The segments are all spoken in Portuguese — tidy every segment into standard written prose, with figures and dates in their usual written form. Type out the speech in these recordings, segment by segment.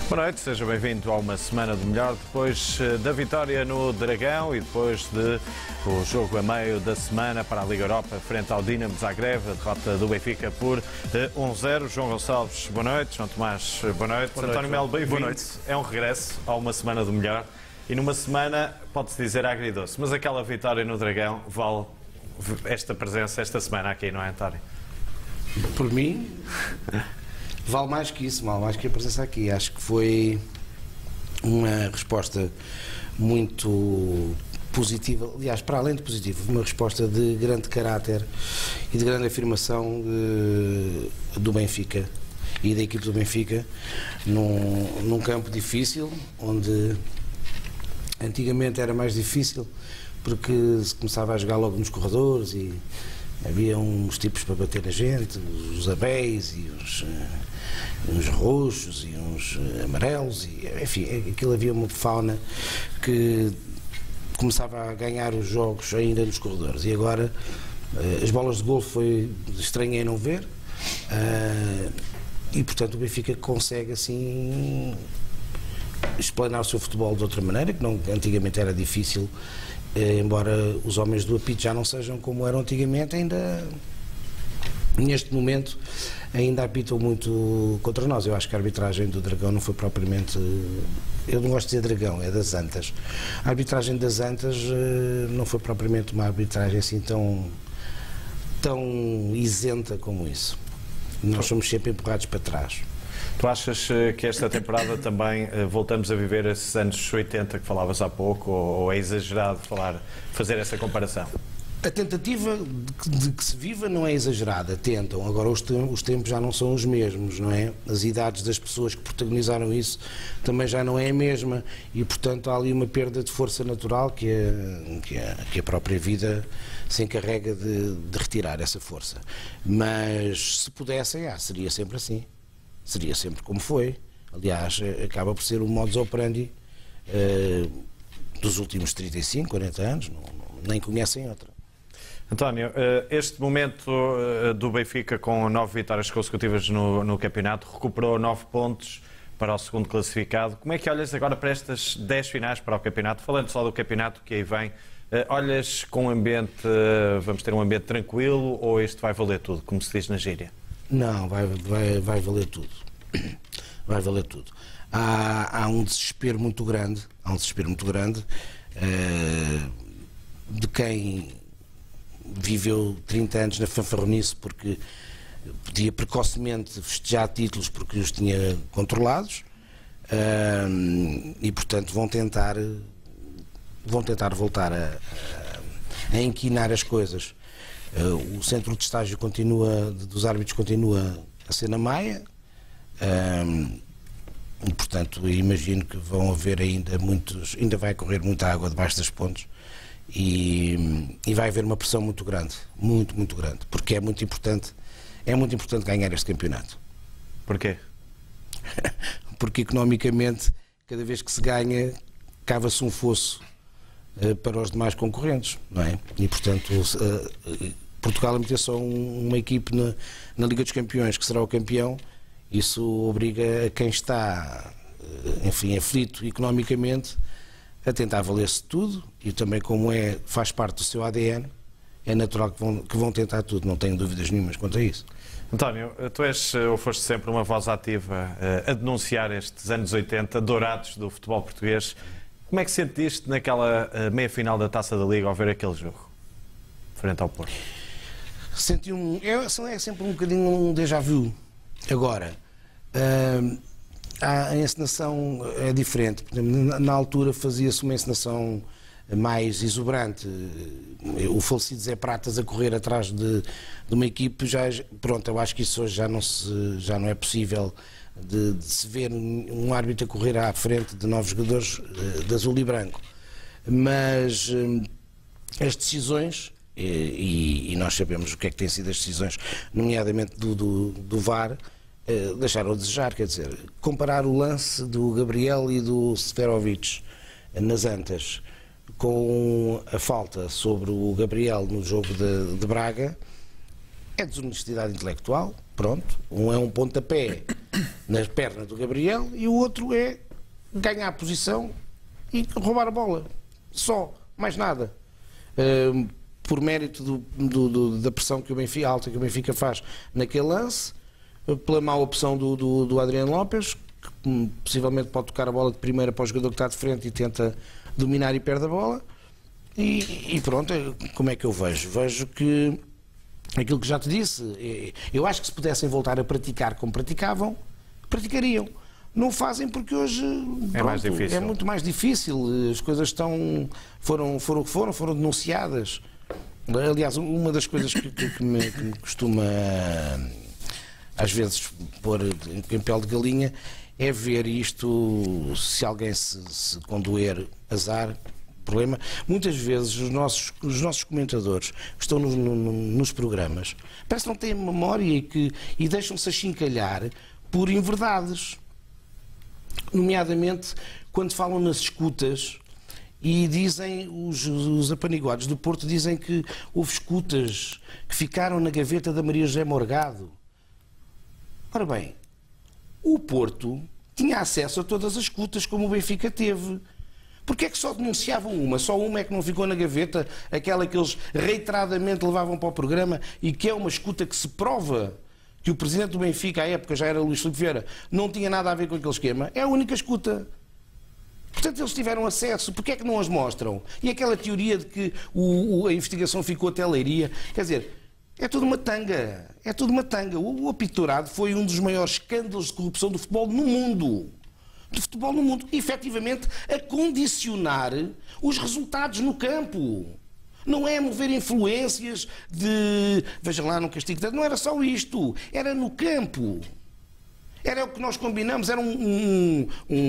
Boa noite, seja bem-vindo a uma semana do melhor. Depois da vitória no Dragão e depois do jogo a meio da semana para a Liga Europa frente ao Dinamo Zagreb, a derrota do Benfica por 1-0. João Gonçalves, boa noite. João Tomás, boa noite. António Melo, bem-vindo. É um regresso a uma semana do melhor e numa semana, pode-se dizer, agridoce, mas aquela vitória no Dragão vale esta presença esta semana aqui, não é, António? Por mim, vale mais que isso, vale mais que a presença aqui. Acho que foi uma resposta muito positiva, aliás, para além de positiva, uma resposta de grande caráter e de grande afirmação do Benfica e da equipe do Benfica num campo difícil, onde antigamente era mais difícil porque se começava a jogar logo nos corredores e havia uns tipos para bater na gente, os abéis e uns roxos e uns amarelos, e, enfim, aquilo havia uma fauna que começava a ganhar os jogos ainda nos corredores. E agora as bolas de golo foi estranho a não ver, e portanto o Benfica consegue assim explanar o seu futebol de outra maneira, que não, antigamente era difícil. Embora os homens do apito já não sejam como eram antigamente, ainda neste momento ainda apitam muito contra nós. Eu acho que a arbitragem do Dragão não foi propriamente, eu não gosto de dizer Dragão, é das Antas. A arbitragem das Antas não foi propriamente uma arbitragem assim tão isenta como isso. Nós somos sempre empurrados para trás. Tu achas que esta temporada também voltamos a viver esses anos 80 que falavas há pouco, ou é exagerado fazer essa comparação? A tentativa de que se viva não é exagerada, tentam. Agora os tempos já não são os mesmos, não é? As idades das pessoas que protagonizaram isso também já não é a mesma e, portanto, há ali uma perda de força natural que a própria vida se encarrega de retirar essa força. Mas se pudessem, seria sempre assim. Seria sempre como foi. Aliás, acaba por ser o modus operandi dos últimos 35, 40 anos, nem conhecem outra. António, este momento do Benfica com 9 vitórias consecutivas no campeonato, recuperou 9 pontos para o segundo classificado. Como é que olhas agora para estas 10 finais para o campeonato? Falando só do campeonato que aí vem, olhas com um ambiente, vamos ter um ambiente tranquilo, ou este vai valer tudo, como se diz na gíria? Não, vai valer tudo. Vai valer tudo. Há um desespero muito grande, de quem viveu 30 anos na fanfarronice porque podia precocemente festejar títulos porque os tinha controlados, e portanto vão tentar voltar a inquinar as coisas. O centro de estágio dos árbitros continua a ser na Maia, e portanto imagino que vão haver ainda vai correr muita água debaixo das pontes e vai haver uma pressão muito grande, muito grande, porque é muito importante ganhar este campeonato. Porquê? Porque economicamente, cada vez que se ganha, cava-se um fosso para os demais concorrentes, não é? E portanto Portugal a meter só uma equipe na Liga dos Campeões que será o campeão, isso obriga a quem está, enfim, aflito economicamente a tentar valer-se tudo, e também como faz parte do seu ADN, é natural que vão tentar tudo, não tenho dúvidas nenhumas quanto a isso. António, tu és ou foste sempre uma voz ativa a denunciar estes anos 80 dourados do futebol português. Como é que sentiste naquela meia-final da Taça da Liga ao ver aquele jogo, frente ao Porto? Senti é sempre um bocadinho um déjà vu. Agora, a encenação é diferente. Na altura fazia-se uma encenação mais exuberante. O falecido Zé Pratas a correr atrás de uma equipe, pronto, eu acho que isso hoje já não é possível de se ver um árbitro a correr à frente de 9 jogadores de azul e branco. Mas as decisões, e nós sabemos o que é que têm sido as decisões, nomeadamente do VAR, deixaram a desejar. Quer dizer, comparar o lance do Gabriel e do Seferovic nas Antas com a falta sobre o Gabriel no jogo de Braga é desonestidade intelectual, pronto. Um é um pontapé na perna do Gabriel e o outro é ganhar a posição e roubar a bola. Só, mais nada. Por mérito da pressão que o Benfica, alta que o Benfica faz naquele lance, pela má opção do Adriano Lopes, que possivelmente pode tocar a bola de primeira para o jogador que está de frente e tenta dominar e perde a bola. E pronto, como é que eu vejo? Vejo que aquilo que já te disse, eu acho que se pudessem voltar a praticar como praticavam, praticariam. Não fazem porque hoje mais difícil. É muito mais difícil. As coisas foram o que foram denunciadas. Aliás, uma das coisas que me costuma às vezes pôr em pele de galinha é ver isto, se alguém se condoer, azar, problema. Muitas vezes os nossos comentadores que estão nos programas parece que não têm memória e deixam-se achincalhar por inverdades. Nomeadamente quando falam nas escutas e dizem, os apaniguados do Porto dizem que houve escutas que ficaram na gaveta da Maria José Morgado. Ora bem, o Porto tinha acesso a todas as escutas como o Benfica teve. Porquê é que só denunciavam uma? Só uma é que não ficou na gaveta, aquela que eles reiteradamente levavam para o programa e que é uma escuta que se prova que o presidente do Benfica, à época já era Luís Filipe Vieira, não tinha nada a ver com aquele esquema. É a única escuta. Portanto, eles tiveram acesso. Porquê é que não as mostram? E aquela teoria de que a investigação ficou até Leiria, quer dizer, é tudo uma tanga. É tudo uma tanga. O apitolado foi um dos maiores escândalos de corrupção do futebol no mundo. Do futebol no mundo. Efetivamente, a condicionar os resultados no campo. Não é mover influências de... Veja lá, no castigo... Não era só isto. Era no campo. Era o que nós combinamos. Era um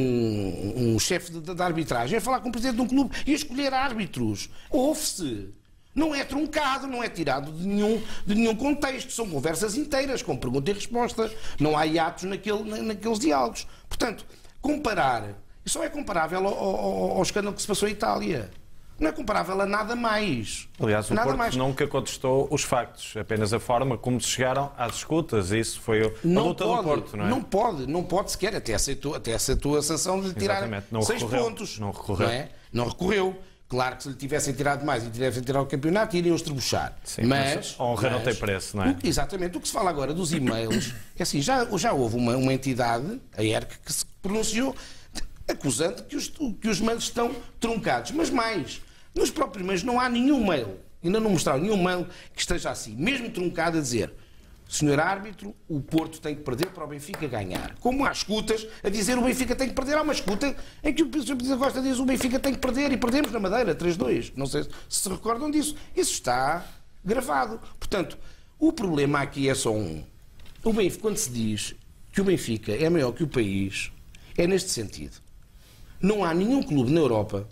chefe de arbitragem a falar com o presidente de um clube e a escolher árbitros. Ouve-se. Não é truncado, não é tirado de nenhum contexto. São conversas inteiras, com pergunta e resposta. Não há hiatos naqueles diálogos. Portanto, comparar... Isso só é comparável ao escândalo que se passou em Itália. Não é comparável a nada mais. Aliás, o Porto nunca contestou os factos, apenas a forma como se chegaram às escutas. Isso foi a luta do Porto, não é? Não pode sequer. Até aceitou a sanção de tirar 6 pontos. Não recorreu. Não recorreu. Claro que se lhe tivessem tirado mais e tivessem tirado o campeonato, iriam estrebuchar. Sim, mas a honra não tem preço, não é? Exatamente. O que se fala agora dos e-mails, é assim, já houve uma entidade, a ERC, que se pronunciou acusando que os mails estão truncados. Mas mais... Nos próprios mails não há nenhum mail, ainda não mostraram nenhum mail que esteja assim, mesmo truncado, a dizer: senhor árbitro, o Porto tem que perder para o Benfica ganhar. Como há escutas a dizer o Benfica tem que perder, há uma escuta em que o Sr. Presidente Costa diz o Benfica tem que perder e perdemos na Madeira, 3-2. Não sei se recordam disso. Isso está gravado. Portanto, o problema aqui é só um. O Benfica, quando se diz que o Benfica é maior que o país, é neste sentido. Não há nenhum clube na Europa,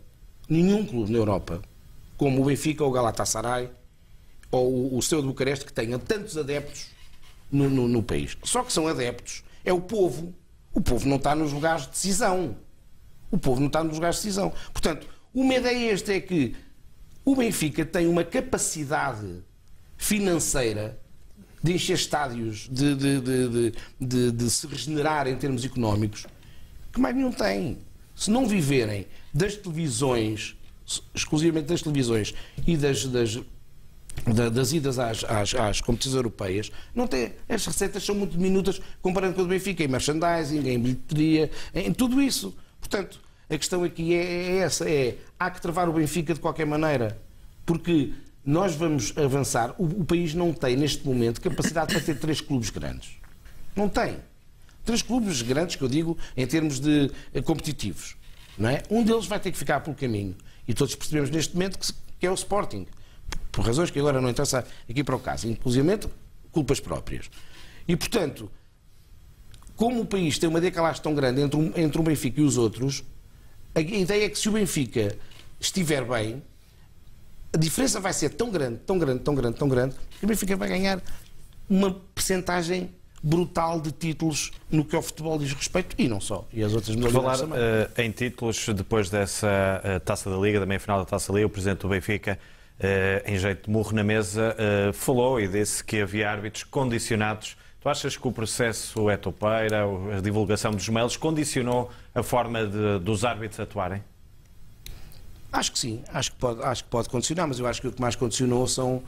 como o Benfica ou o Galatasaray ou o Steaua de Bucareste, que tenham tantos adeptos no país. Só que são adeptos. É o povo. O povo não está nos lugares de decisão. Portanto, uma ideia é que o Benfica tem uma capacidade financeira de encher estádios, de se regenerar em termos económicos, que mais nenhum tem. Se não viverem das televisões, exclusivamente das televisões e das idas às competições europeias, não tem, as receitas são muito diminutas comparando com o do Benfica, em merchandising, em bilheteria, em tudo isso. Portanto, a questão aqui é essa, há que travar o Benfica de qualquer maneira, porque nós vamos avançar. O país não tem, neste momento, capacidade para ter 3 clubes grandes. Não tem. 3 clubes grandes, que eu digo, em termos de competitivos. Não é? Um deles vai ter que ficar pelo caminho. E todos percebemos neste momento que é o Sporting. Por razões que agora não interessa aqui para o caso. Inclusivamente, culpas próprias. E, portanto, como o país tem uma decalagem tão grande entre o Benfica e os outros, a ideia é que se o Benfica estiver bem, a diferença vai ser tão grande, que o Benfica vai ganhar uma percentagem brutal de títulos no que ao futebol diz respeito, e não só, e as outras modalidades também. Em títulos, depois dessa Taça da Liga, da meia-final da Taça da Liga, o Presidente do Benfica em jeito de murro na mesa, falou e disse que havia árbitros condicionados. Tu achas que o processo Etopeira, a divulgação dos mails, condicionou a forma dos árbitros atuarem? Acho que sim, acho que pode condicionar, mas eu acho que o que mais condicionou são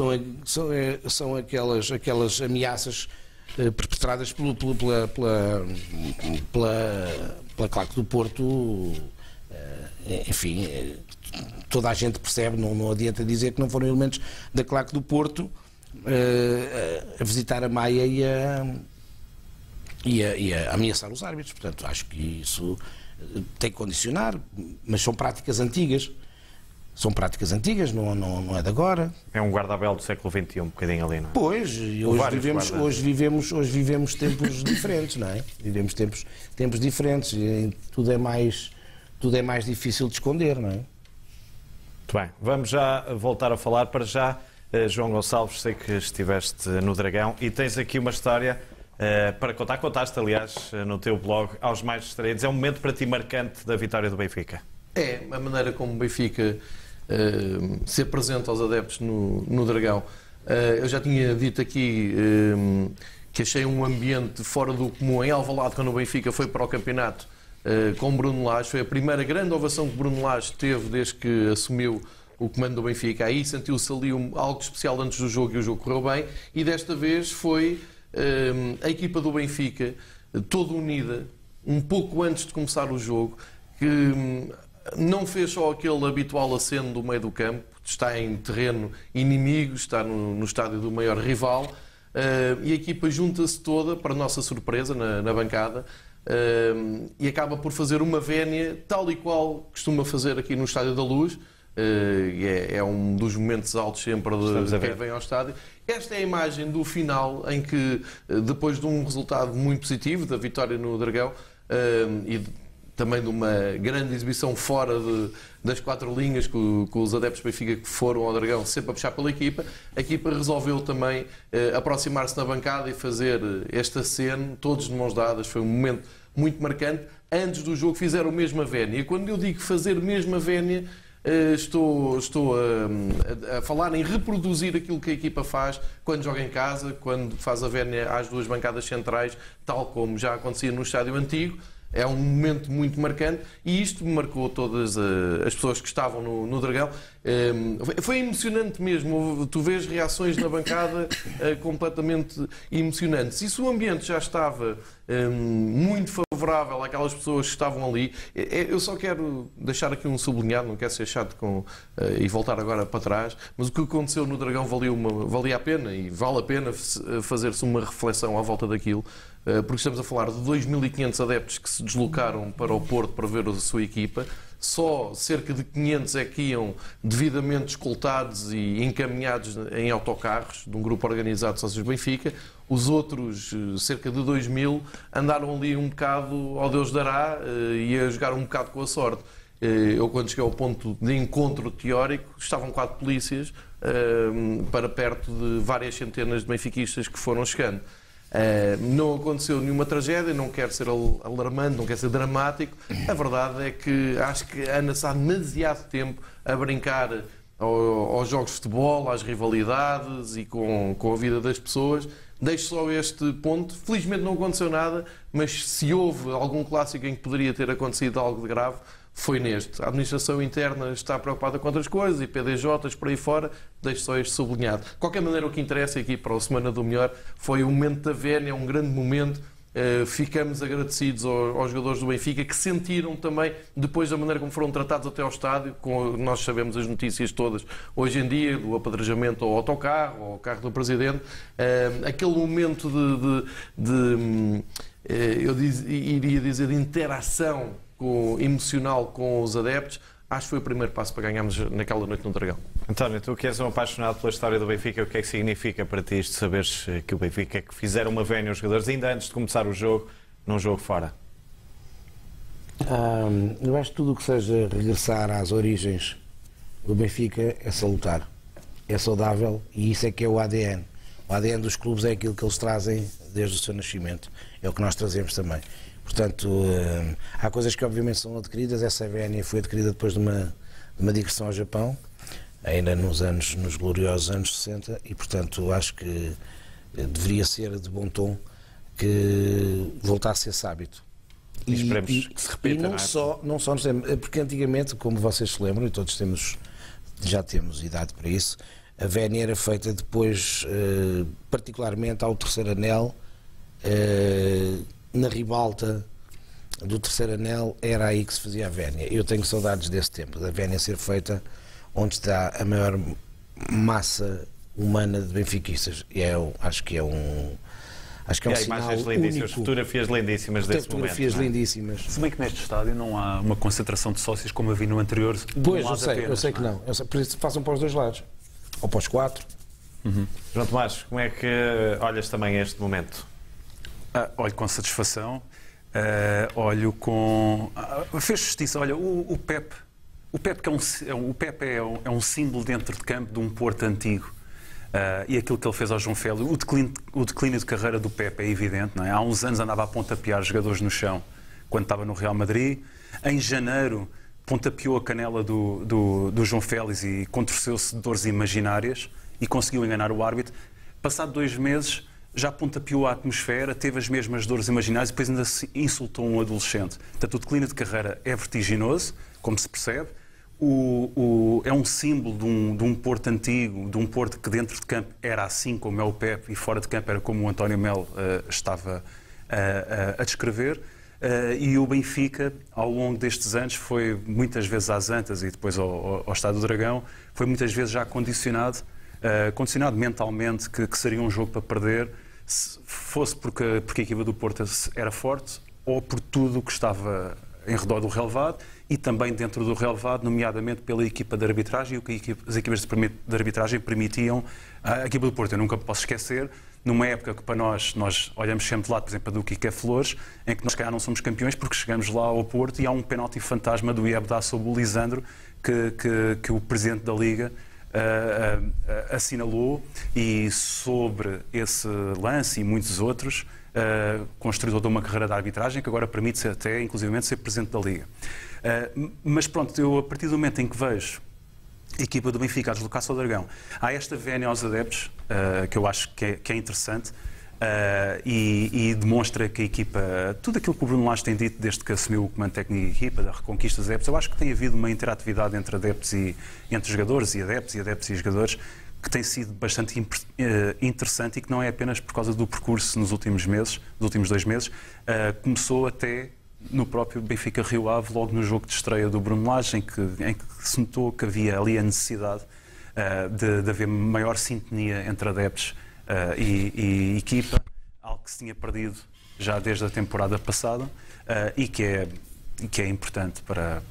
aquelas ameaças perpetradas pela claque do Porto. Enfim, toda a gente percebe, não adianta dizer que não foram elementos da claque do Porto a visitar a Maia e a ameaçar os árbitros. Portanto, acho que isso tem que condicionar, mas são práticas antigas. São práticas antigas, não é de agora. É um guarda-belo do século XXI, um bocadinho ali, não é? Pois, e hoje vivemos tempos diferentes, não é? Vivemos tempos diferentes e tudo é mais difícil de esconder, não é? Muito bem, vamos já voltar a falar. Para já, João Gonçalves, sei que estiveste no Dragão e tens aqui uma história para contar. Contaste, aliás, no teu blog, aos mais distraídos. É um momento para ti marcante da vitória do Benfica. É, a maneira como o Benfica se apresenta aos adeptos no Dragão. Eu já tinha dito aqui que achei um ambiente fora do comum em Alvalade quando o Benfica foi para o campeonato com Bruno Lage. Foi a primeira grande ovação que Bruno Lage teve desde que assumiu o comando do Benfica. Aí sentiu-se ali algo especial antes do jogo e o jogo correu bem. E desta vez foi a equipa do Benfica toda unida, um pouco antes de começar o jogo, que não fez só aquele habitual aceno do meio do campo, está em terreno inimigo, está no estádio do maior rival, e a equipa junta-se toda, para nossa surpresa, na bancada, e acaba por fazer uma vénia tal e qual costuma fazer aqui no Estádio da Luz. É um dos momentos altos sempre de quem vem ao estádio. Esta é a imagem do final, em que, depois de um resultado muito positivo, da vitória no Dragão, e também de uma grande exibição fora das quatro linhas, com os adeptos do Benfica que foram ao Dragão sempre a puxar pela equipa, a equipa resolveu também aproximar-se na bancada e fazer este aceno, todos de mãos dadas. Foi um momento muito marcante. Antes do jogo fizeram a mesma vénia. E quando eu digo fazer a mesma vénia, estou a falar em reproduzir aquilo que a equipa faz quando joga em casa, quando faz a vénia às duas bancadas centrais, tal como já acontecia no estádio antigo. É um momento muito marcante e isto marcou todas as pessoas que estavam no Dragão. Foi emocionante mesmo. Tu vês reações na bancada completamente emocionantes. E se o ambiente já estava muito favorável àquelas pessoas que estavam ali, eu só quero deixar aqui um sublinhado, não quero ser chato e voltar agora para trás, mas o que aconteceu no Dragão valia a pena e vale a pena fazer-se uma reflexão à volta daquilo. Porque estamos a falar de 2.500 adeptos que se deslocaram para o Porto para ver a sua equipa. Só cerca de 500 é que iam devidamente escoltados e encaminhados em autocarros de um grupo organizado de sócios Benfica. Os outros, cerca de 2.000, andaram ali um bocado ao Deus dará e a jogar um bocado com a sorte. Eu, quando cheguei ao ponto de encontro teórico, estavam 4 polícias para perto de várias centenas de benfiquistas que foram chegando. Não aconteceu nenhuma tragédia, não quero ser alarmante, não quero ser dramático. A verdade é que acho que anda-se há demasiado tempo a brincar aos jogos de futebol, às rivalidades e com a vida das pessoas. Deixo só este ponto. Felizmente não aconteceu nada, mas se houve algum clássico em que poderia ter acontecido algo de grave, foi neste. A administração interna está preocupada com outras coisas e PDJs por aí fora, deixo só este sublinhado. De qualquer maneira, o que interessa aqui para a Semana do Melhor foi o momento da vénia, um grande momento. Ficamos agradecidos aos jogadores do Benfica que sentiram também, depois da maneira como foram tratados até ao estádio, nós sabemos as notícias todas hoje em dia, do apedrejamento ao autocarro, ao carro do Presidente, aquele momento iria dizer, de interação emocional com os adeptos, acho que foi o primeiro passo para ganharmos naquela noite no Dragão. António, tu que és um apaixonado pela história do Benfica, o que é que significa para ti isto, saberes que o Benfica que fizeram uma vénia aos jogadores ainda antes de começar o jogo, num jogo fora? Eu acho que tudo o que seja regressar às origens do Benfica é salutar, é saudável e isso é que é o ADN. O ADN dos clubes é aquilo que eles trazem desde o seu nascimento, é o que nós trazemos também. Portanto, há coisas que obviamente são adquiridas. Essa vénia foi adquirida depois de uma digressão ao Japão, ainda nos gloriosos anos 60, e portanto acho que deveria ser de bom tom que voltasse esse hábito. E esperemos que se repita. E não só nos lembra, porque antigamente, como vocês se lembram, e todos já temos idade para isso, a vénia era feita depois, particularmente ao terceiro anel, na ribalta do terceiro anel, era aí que se fazia a vénia. Eu tenho saudades desse tempo, da vénia ser feita onde está a maior massa humana de benfiquistas. E acho que é um sinal único. As fotografias lindíssimas desse momento. Fotografias lindíssimas. Se bem que neste estádio não há uma concentração de sócios como havia no anterior. Pois, eu sei que não. Por isso façam para os dois lados. Ou para os 4. João Tomás, como é que olhas também a este momento? Olho com satisfação. Olho com... fez justiça. Olha, o Pep é um símbolo dentro de campo de um Porto antigo. E aquilo que ele fez ao João Félix, o declínio de carreira do Pepe é evidente, não é? Há uns anos andava a pontapear jogadores no chão quando estava no Real Madrid. Em janeiro pontapeou a canela do João Félix e contorceu-se de dores imaginárias e conseguiu enganar o árbitro. Passado 2 meses já pontapeou a atmosfera, teve as mesmas dores imaginárias e depois ainda insultou um adolescente. Portanto, o declínio de carreira é vertiginoso, como se percebe. É um símbolo de um Porto antigo, de um Porto que dentro de campo era assim como é o Pep e fora de campo era como o António Melo estava a descrever. E o Benfica, ao longo destes anos, foi muitas vezes às Antas e depois ao Estádio do Dragão, foi muitas vezes já condicionado mentalmente que seria um jogo para perder, se fosse porque a equipa do Porto era forte ou por tudo o que estava em redor do relevado e também dentro do relevado, nomeadamente pela equipa de arbitragem e o que as equipas de arbitragem permitiam à equipa do Porto. Eu nunca posso esquecer, numa época que para nós olhamos sempre de lado, por exemplo, do Kika Flores, em que nós, se calhar, não somos campeões porque chegamos lá ao Porto e há um penalti fantasma do Iebda sobre o Lisandro que o presidente da Liga assinalou, e sobre esse lance e muitos outros construiu toda uma carreira de arbitragem que agora permite até, inclusivamente, ser presidente da Liga. Mas pronto, eu a partir do momento em que vejo a equipa do Benfica a deslocar-se ao Dragão, há esta vénia aos adeptos, que eu acho que é interessante, e demonstra que a equipa, tudo aquilo que o Bruno Lage tem dito desde que assumiu o comando técnico da equipa, da reconquista dos adeptos, eu acho que tem havido uma interatividade entre adeptos e entre jogadores e adeptos e jogadores que tem sido bastante interessante e que não é apenas por causa do percurso nos últimos meses, nos últimos 2 meses, começou até no próprio Benfica Rio Ave, logo no jogo de estreia do Bruno Lage, em que se notou que havia ali a necessidade de haver maior sintonia entre adeptos e equipa, algo que se tinha perdido já desde a temporada passada e que é importante para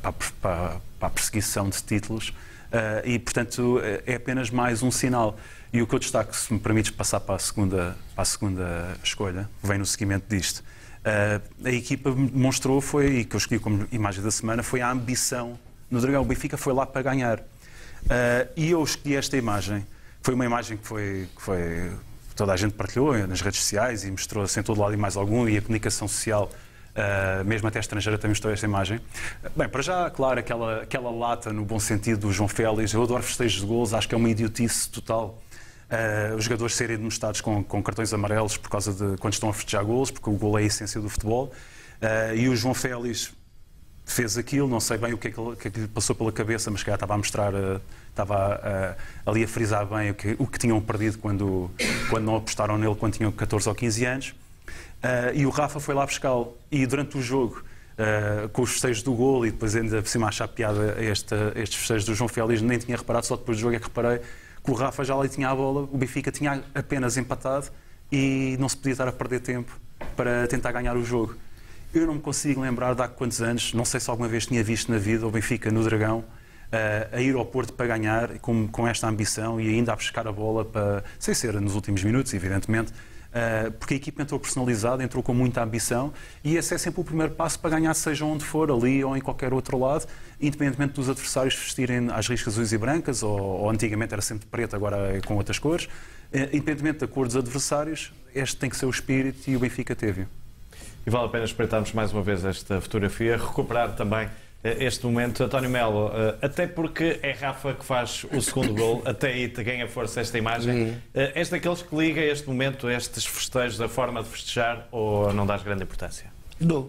a perseguição de títulos. E, portanto, é apenas mais um sinal. E o que eu destaco, se me permites passar para a segunda escolha, que vem no seguimento disto, a equipa demonstrou, e que eu escolhi como imagem da semana, foi a ambição no Dragão. O Benfica foi lá para ganhar. E eu escolhi esta imagem. Foi uma imagem que foi toda a gente partilhou nas redes sociais e mostrou-se em todo lado e mais algum, e a comunicação social, mesmo até estrangeira, também mostrou esta imagem. Bem, para já, claro, aquela lata, no bom sentido, do João Félix. Eu adoro festejos de golos, acho que é uma idiotice total. Os jogadores serem demonstrados com cartões amarelos por causa de quando estão a festejar golos, porque o golo é a essência do futebol. E o João Félix fez aquilo, não sei bem o que é que lhe passou pela cabeça, mas que estava a mostrar, estava ali a frisar bem o que tinham perdido quando não apostaram nele quando tinham 14 ou 15 anos. E o Rafa foi lá buscá-lo. E durante o jogo, com os festejos do golo, e depois ainda por cima achar piada a estes festejos do João Félix, nem tinha reparado, só depois do jogo é que reparei que o Rafa já ali tinha a bola, o Benfica tinha apenas empatado e não se podia estar a perder tempo para tentar ganhar o jogo. Eu não me consigo lembrar de há quantos anos, não sei se alguma vez tinha visto na vida o Benfica no Dragão a ir ao Porto para ganhar com esta ambição e ainda a buscar a bola, sem ser nos últimos minutos, evidentemente, porque a equipa entrou personalizada, entrou com muita ambição, e esse é sempre o primeiro passo para ganhar, seja onde for, ali ou em qualquer outro lado, independentemente dos adversários vestirem às riscas azuis e brancas, ou antigamente era sempre preto, agora é com outras cores. Independentemente da cor dos adversários, este tem que ser o espírito, e o Benfica teve. E vale a pena espreitarmos mais uma vez esta fotografia, recuperar também este momento. António Melo, até porque é Rafa que faz o segundo gol, até aí te ganha força esta imagem. És daqueles que liga este momento, estes festejos, a forma de festejar, ou não dás grande importância? Dou.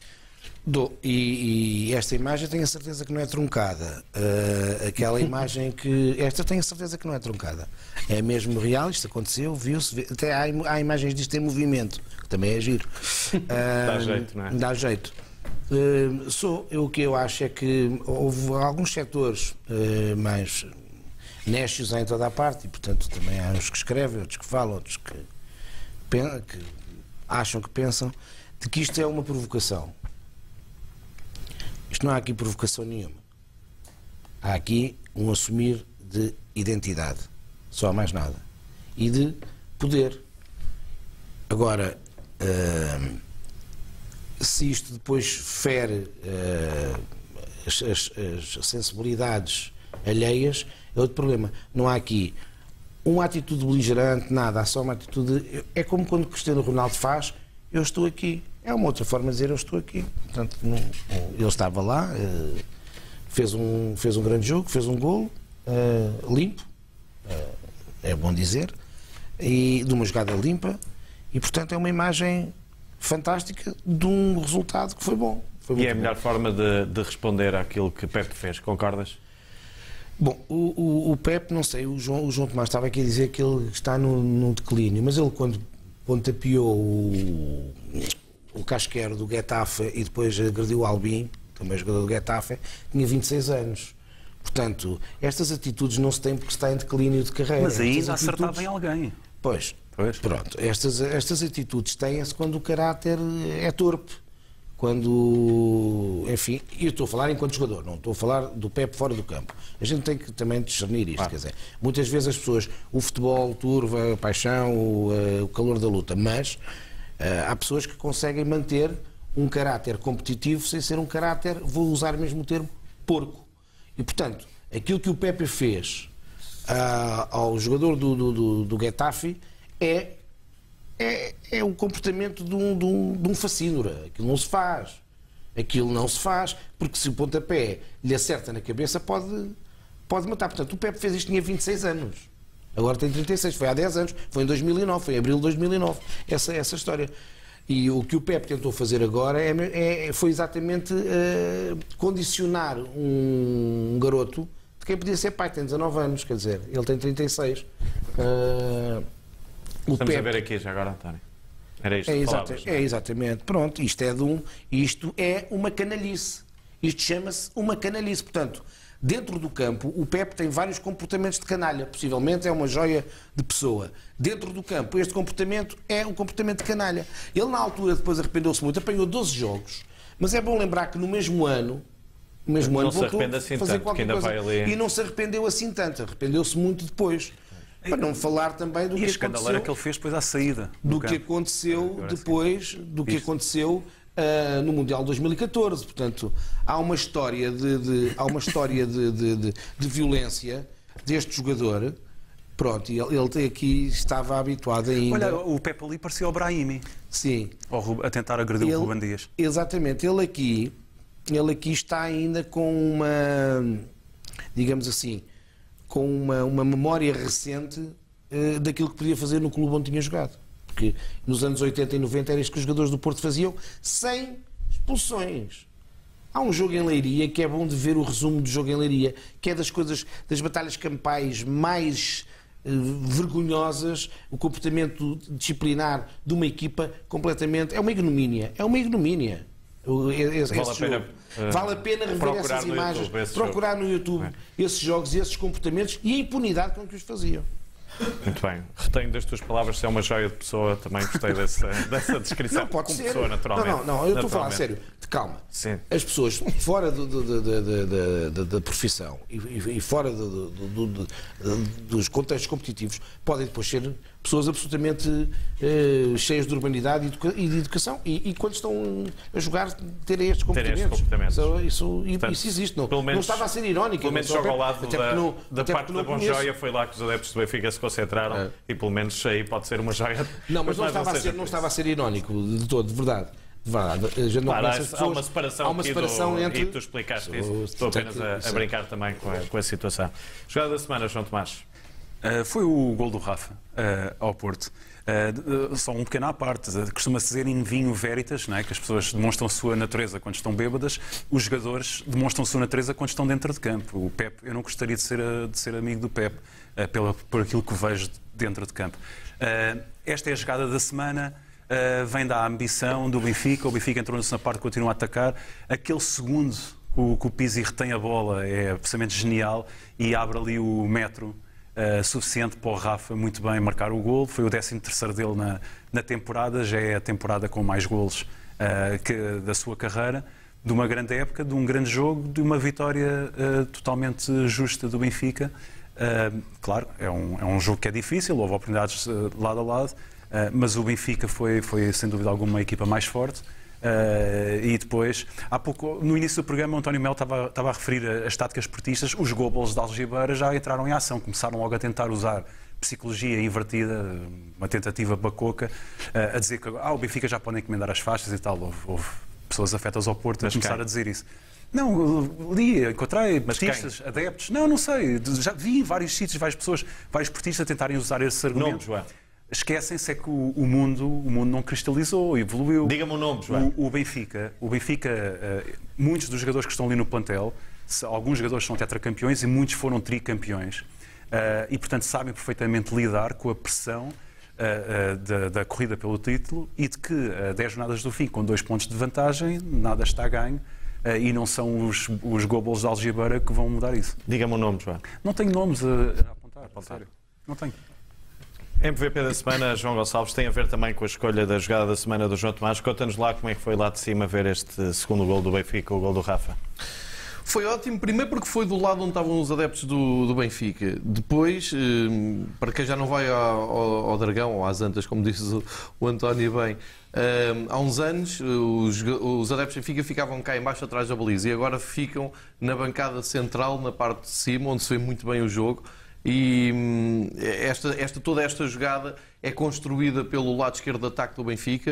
E esta imagem tenho a certeza que não é truncada. Aquela imagem que... Esta tenho a certeza que não é truncada. É mesmo real, isto aconteceu, viu-se. Até há imagens disto em movimento, que também é giro. Dá jeito, não é? Dá jeito. O que eu acho é que houve alguns setores mais nécios em toda a parte, e portanto também há uns que escrevem, outros que falam, outros que acham que pensam, de que isto é uma provocação. Isto não há aqui provocação nenhuma. Há aqui um assumir de identidade. Só mais nada. E de poder. Agora, se isto depois fere as sensibilidades alheias, é outro problema. Não há aqui uma atitude beligerante, nada. Há só uma atitude... É como quando o Cristiano Ronaldo faz, eu estou aqui. É uma outra forma de dizer eu estou aqui. Portanto, ele estava lá, fez um grande jogo, fez um golo, limpo, é bom dizer, e de uma jogada limpa, e portanto é uma imagem fantástica de um resultado que foi bom. E é a melhor forma de responder àquilo que Pepe fez, concordas? Bom, o Pepe, não sei, o João Tomás estava aqui a dizer que ele está no declínio, mas ele quando tapeou o Casquero do Getafe e depois agrediu o Albin, também jogador do Getafe, tinha 26 anos. Portanto, estas atitudes não se têm porque está em declínio de carreira. Mas ainda acertava em alguém. Pois. Pronto. Estas atitudes têm-se quando o caráter é torpe. Quando, enfim, eu estou a falar enquanto jogador, não estou a falar do Pepe fora do campo. A gente tem que também discernir isto, quer dizer, muitas vezes as pessoas, o futebol turva, a paixão, o calor da luta, mas há pessoas que conseguem manter um caráter competitivo sem ser um caráter, vou usar mesmo o termo, porco. E, portanto, aquilo que o Pepe fez ao jogador do Getafe é o comportamento de um facínora. Aquilo não se faz. Aquilo não se faz, porque se o pontapé lhe acerta na cabeça, pode matar. Portanto, o Pepe fez isto, tinha 26 anos. Agora tem 36, foi há 10 anos, foi em 2009, foi em abril de 2009, essa história. E o que o Pepe tentou fazer agora foi exatamente condicionar um garoto de quem podia ser pai, tem 19 anos, quer dizer, ele tem 36. Estamos a ver aqui já agora, António. Era isto que falavas, não é? Exatamente. Pronto, isto é uma canalice. Isto chama-se uma canalice. Portanto, dentro do campo, o Pepe tem vários comportamentos de canalha. Possivelmente é uma joia de pessoa. Dentro do campo, este comportamento é um comportamento de canalha. Ele, na altura, depois arrependeu-se muito, apanhou 12 jogos. Mas é bom lembrar que no mesmo ano voltou a fazer qualquer coisa. E não se arrependeu assim tanto. Arrependeu-se muito depois. Para não falar também do que escandaleira que ele fez depois à saída. Do que aconteceu depois, do que aconteceu no Mundial 2014. Portanto, há uma história de violência deste jogador. Pronto, e ele aqui estava habituado ainda. Olha, o Pepe ali parecia o Brahimi. Sim. A tentar agredir o Ruben Dias. Exatamente. Ele aqui está ainda com uma, digamos assim, com uma memória recente daquilo que podia fazer no clube onde tinha jogado. Porque nos anos 80 e 90 era isto que os jogadores do Porto faziam, sem expulsões. Há um jogo em Leiria que é bom de ver o resumo do jogo em Leiria, que é das batalhas campais mais vergonhosas, o comportamento disciplinar de uma equipa completamente... É uma ignomínia. É uma ignomínia. Vale a pena rever essas imagens, procurar no YouTube esses jogos e esses comportamentos e a impunidade com que os faziam. Muito bem. Retenho das tuas palavras se é uma joia de pessoa, também gostei dessa descrição. Não pode como ser. Pessoa, naturalmente. Não, eu estou a falar sério. Calma. Sim. As pessoas fora da profissão e fora dos contextos competitivos podem depois ser pessoas absolutamente cheias de urbanidade e de educação e quando estão a jogar terem estes comportamentos. Isso existe. Não estava a ser irónico. Pelo menos joga ao lado da parte da Bom Joia, foi lá que os adeptos do Benfica se concentraram e pelo menos aí pode ser uma joia. Não, mas não estava a ser irónico de todo, de verdade. A gente não Claro, conhece as há pessoas. uma separação, Há uma separação entre... E tu explicaste isso. Estou apenas a brincar também com a situação. Jogada da semana, João Tomás. Foi o gol do Rafa ao Porto. Só um pequeno à parte. Costuma-se dizer in vinho veritas, não é? Que as pessoas demonstram a sua natureza quando estão bêbadas. Os jogadores demonstram a sua natureza quando estão dentro de campo. O Pep, eu não gostaria de ser amigo do Pep por aquilo que vejo dentro de campo. Esta é a jogada da semana. Vem da ambição do Benfica. O Benfica entrou-se na parte, continua a atacar. Aquele segundo que o Pizzi retém a bola é absolutamente genial e abre ali o metro suficiente para o Rafa muito bem marcar o gol. Foi o 13º dele na temporada, já é a temporada com mais golos da sua carreira, de uma grande época, de um grande jogo, de uma vitória totalmente justa do Benfica. Claro, é um jogo que é difícil, houve oportunidades lado a lado, mas o Benfica foi sem dúvida alguma a equipa mais forte. E depois, há pouco, no início do programa, o António Melo estava a referir as táticas portistas. Os gobles de Algibeira já entraram em ação, começaram logo a tentar usar psicologia invertida, uma tentativa bacoca, a dizer que o Benfica já pode encomendar as faixas e tal. Houve pessoas afetas ao Porto a começar a dizer isso. Não, encontrei portistas, adeptos, não sei, já vi em vários sítios, vários portistas a tentarem usar esse argumento. João. Esquecem-se é que o mundo não cristalizou, evoluiu. Diga-me o nome, João. O Benfica, muitos dos jogadores que estão ali no plantel, alguns jogadores são tetracampeões e muitos foram tricampeões. E, portanto, sabem perfeitamente lidar com a pressão da corrida pelo título e de que a 10 jornadas do fim, com 2 pontos de vantagem, nada está ganho. E não são os gobles de Algibeira que vão mudar isso. Diga-me o nome, João. Não tenho nomes a apontar. Sério. Não tenho. MVP da semana, João Gonçalves, tem a ver também com a escolha da jogada da semana do João Tomás. Conta-nos lá como é que foi lá de cima ver este segundo gol do Benfica, o gol do Rafa. Foi ótimo, primeiro porque foi do lado onde estavam os adeptos do Benfica. Depois, para quem já não vai ao Dragão, ou às Antas, como disse o António bem, há uns anos os adeptos do Benfica ficavam cá embaixo atrás da baliza e agora ficam na bancada central, na parte de cima, onde se vê muito bem o jogo. E toda esta jogada é construída pelo lado esquerdo de ataque do Benfica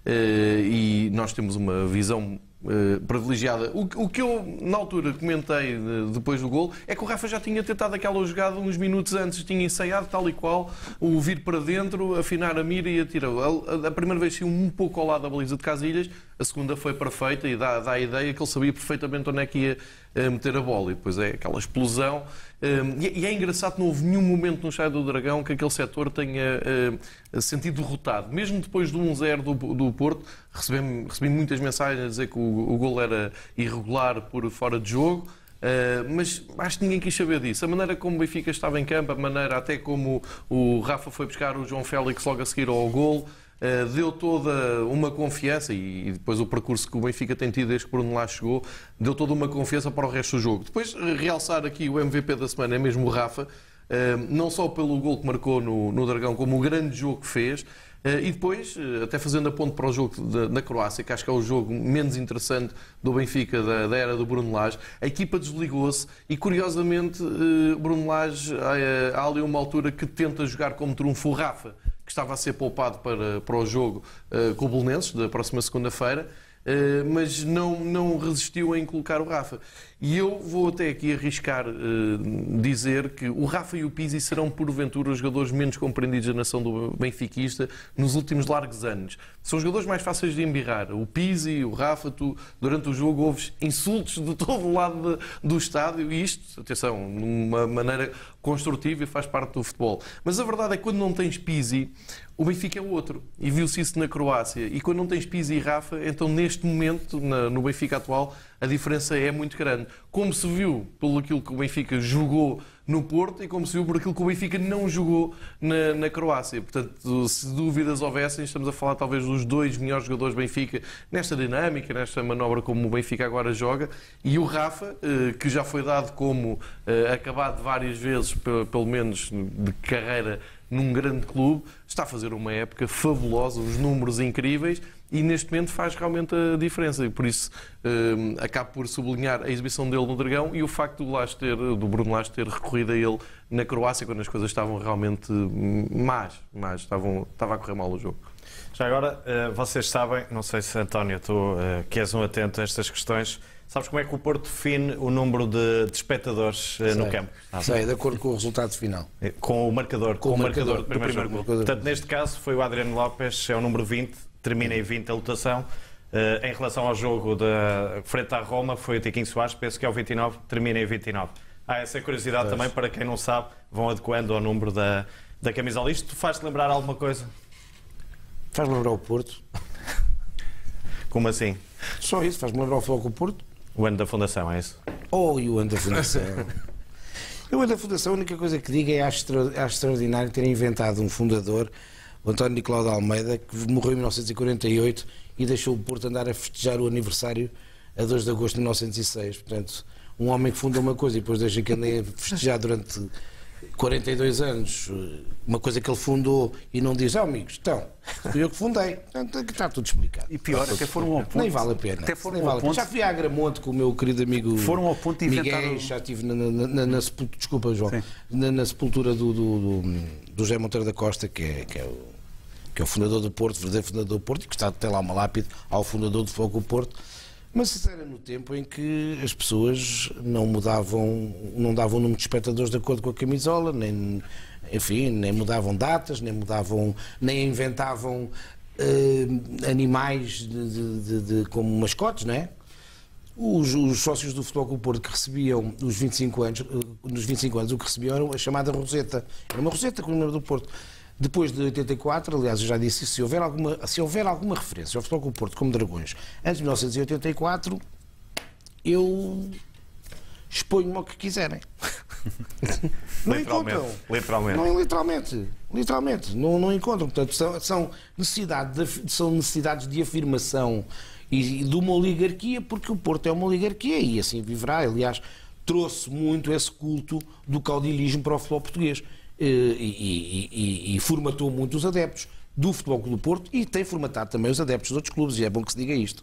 e nós temos uma visão privilegiada. O que eu, na altura, comentei depois do gol é que o Rafa já tinha tentado aquela jogada uns minutos antes, tinha ensaiado tal e qual, o vir para dentro, afinar a mira e atirar. A primeira vez saiu um pouco ao lado da baliza de Casilhas, a segunda foi perfeita e dá a ideia que ele sabia perfeitamente onde é que ia meter a bola. E depois é aquela explosão. E é engraçado que não houve nenhum momento no Estádio do Dragão que aquele setor tenha sentido derrotado. Mesmo depois do 1-0 do Porto, recebi muitas mensagens a dizer que o gol era irregular por fora de jogo. Mas acho que ninguém quis saber disso. A maneira como o Benfica estava em campo, a maneira até como o Rafa foi buscar o João Félix logo a seguir ao gol, deu toda uma confiança, e depois o percurso que o Benfica tem tido desde que o Bruno lá chegou, deu toda uma confiança para o resto do jogo. Depois, realçar aqui o MVP da semana é mesmo o Rafa, não só pelo gol que marcou no Dragão, como o grande jogo que fez. E depois, até fazendo a ponte para o jogo na Croácia, que acho que é o jogo menos interessante do Benfica da era do Bruno Lage, a equipa desligou-se e, curiosamente, Bruno Lage, há ali uma altura que tenta jogar como trunfo o Rafa, que estava a ser poupado para o jogo com o Belenenses, da próxima segunda-feira, mas não resistiu em colocar o Rafa. E eu vou até aqui arriscar dizer que o Rafa e o Pizzi serão, porventura, os jogadores menos compreendidos da nação do benfiquista nos últimos largos anos. São os jogadores mais fáceis de embirrar. O Pizzi, o Rafa, durante o jogo ouves insultos de todo o lado do estádio, e isto, atenção, de uma maneira construtiva e faz parte do futebol. Mas a verdade é que quando não tens Pizzi, o Benfica é o outro. E viu-se isso na Croácia. E quando não tens Pizzi e Rafa, então neste momento, no Benfica atual, a diferença é muito grande. Como se viu pelo aquilo que o Benfica jogou no Porto e como se viu por aquilo que o Benfica não jogou na Croácia. Portanto, se dúvidas houvessem, estamos a falar talvez dos 2 melhores jogadores do Benfica nesta dinâmica, nesta manobra como o Benfica agora joga. E o Rafa, que já foi dado como acabado várias vezes, pelo menos de carreira num grande clube, está a fazer uma época fabulosa, os números incríveis, e neste momento faz realmente a diferença. E por isso acabo por sublinhar a exibição dele no Dragão e o facto do Bruno Lage ter recorrido a ele na Croácia, quando as coisas estavam realmente más, estava a correr mal o jogo. Já agora, vocês sabem, não sei se, António, tu que és um atento a estas questões, sabes como é que o Porto define o número de espectadores no campo? Sei, de acordo com o resultado final. Com o marcador. Com o marcador do primeiro gol. Portanto, neste caso foi o Adriano Lopes, é o número 20, termina em 20 a lotação. Em relação ao jogo frente à Roma, foi o Tiquinho Soares, penso que é o 29, termina em 29. Há essa curiosidade também, para quem não sabe, vão adequando ao número da camisola. Isto faz-te lembrar alguma coisa? Faz-me lembrar o Porto. Como assim? Só isso, faz-me lembrar o Futebol Porto. O ano da fundação, é isso? Oh, e o ano da fundação. O ano da fundação, a única coisa que digo é acho extraordinário terem inventado um fundador, o António Nicolau de Almeida, que morreu em 1948 e deixou o Porto andar a festejar o aniversário a 2 de agosto de 1906. Portanto, um homem que funda uma coisa e depois deixa que ande a festejar durante 42 anos, uma coisa que ele fundou e não diz, amigos, então, fui eu que fundei. Portanto, está tudo explicado. E pior, até foram ao ponto. Nem vale a pena. Até foram ao ponto. Já fui a Agramonte com o meu querido amigo foram ao ponto de inventaram... Miguel, já estive na sepultura, desculpa, João, na sepultura do José Monteiro da Costa, que é o fundador do Porto, verdadeiro fundador do Porto, e que está até lá uma lápide ao fundador do Futebol Clube Porto. Mas isso era no tempo em que as pessoas não davam o número de espectadores de acordo com a camisola, nem mudavam datas, nem inventavam animais como mascotes, não é? Os sócios do Futebol Clube Porto que recebiam nos 25 anos, o que recebiam era a chamada Roseta. Era uma Roseta com o número do Porto. Depois de 84, aliás, eu já disse isso, se houver alguma referência ao Futebol Clube Porto como Dragões antes de 1984, eu exponho-me ao que quiserem. Não encontram. Literalmente. Não encontram. Portanto, são necessidades de afirmação e de uma oligarquia, porque o Porto é uma oligarquia e assim viverá. Aliás, trouxe muito esse culto do caudilismo para o futebol português. E formatou muito os adeptos do Futebol Clube do Porto e tem formatado também os adeptos de outros clubes, e é bom que se diga isto.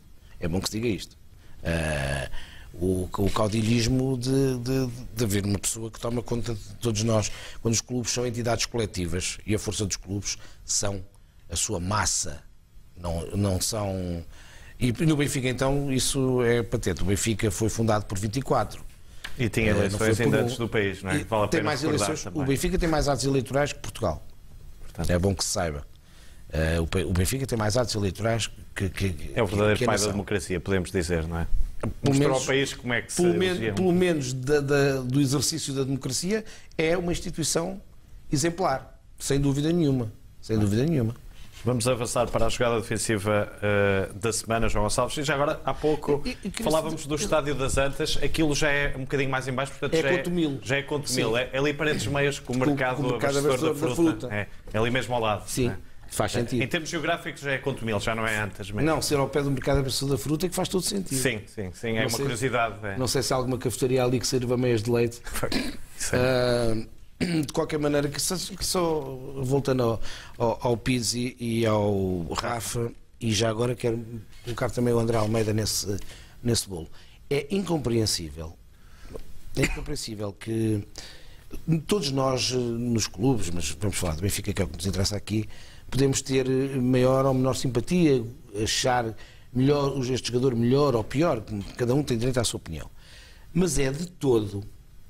O caudilismo de haver uma pessoa que toma conta de todos nós, quando os clubes são entidades coletivas e a força dos clubes são a sua massa, não são... E no Benfica, então, isso é patente. O Benfica foi fundado por 24. E tinha eleições ainda antes do país, não é? Vale a pena mais eleições. O Benfica tem mais atos eleitorais que Portugal. Portanto, é bom que se saiba. O Benfica tem mais atos eleitorais que é o verdadeiro pai da democracia, podemos dizer, não é? Mostrar ao país como é que se pelo menos do exercício da democracia, é uma instituição exemplar, sem dúvida nenhuma. Vamos avançar para a jogada defensiva da semana, João Gonçalves. E já agora, há pouco, falávamos do Estádio das Antas. Aquilo já é um bocadinho mais em baixo, portanto já é Contomil. É ali Paredes Meias com o mercado abastecedor da fruta. É ali mesmo ao lado. Sim, faz sentido. Em termos geográficos já é Contomil, já não é Antas mesmo. Não, ser ao pé do mercado abastecedor da fruta é que faz todo sentido. Sim, é uma curiosidade. Não sei se há alguma cafetaria ali que sirva meias de leite. De qualquer maneira, que só voltando ao Pizzi e ao Rafa, e já agora quero colocar também o André Almeida nesse bolo. É incompreensível que todos nós nos clubes, mas vamos falar do Benfica, que é o que nos interessa aqui, podemos ter maior ou menor simpatia, achar melhor este jogador melhor ou pior, cada um tem direito à sua opinião. Mas é de todo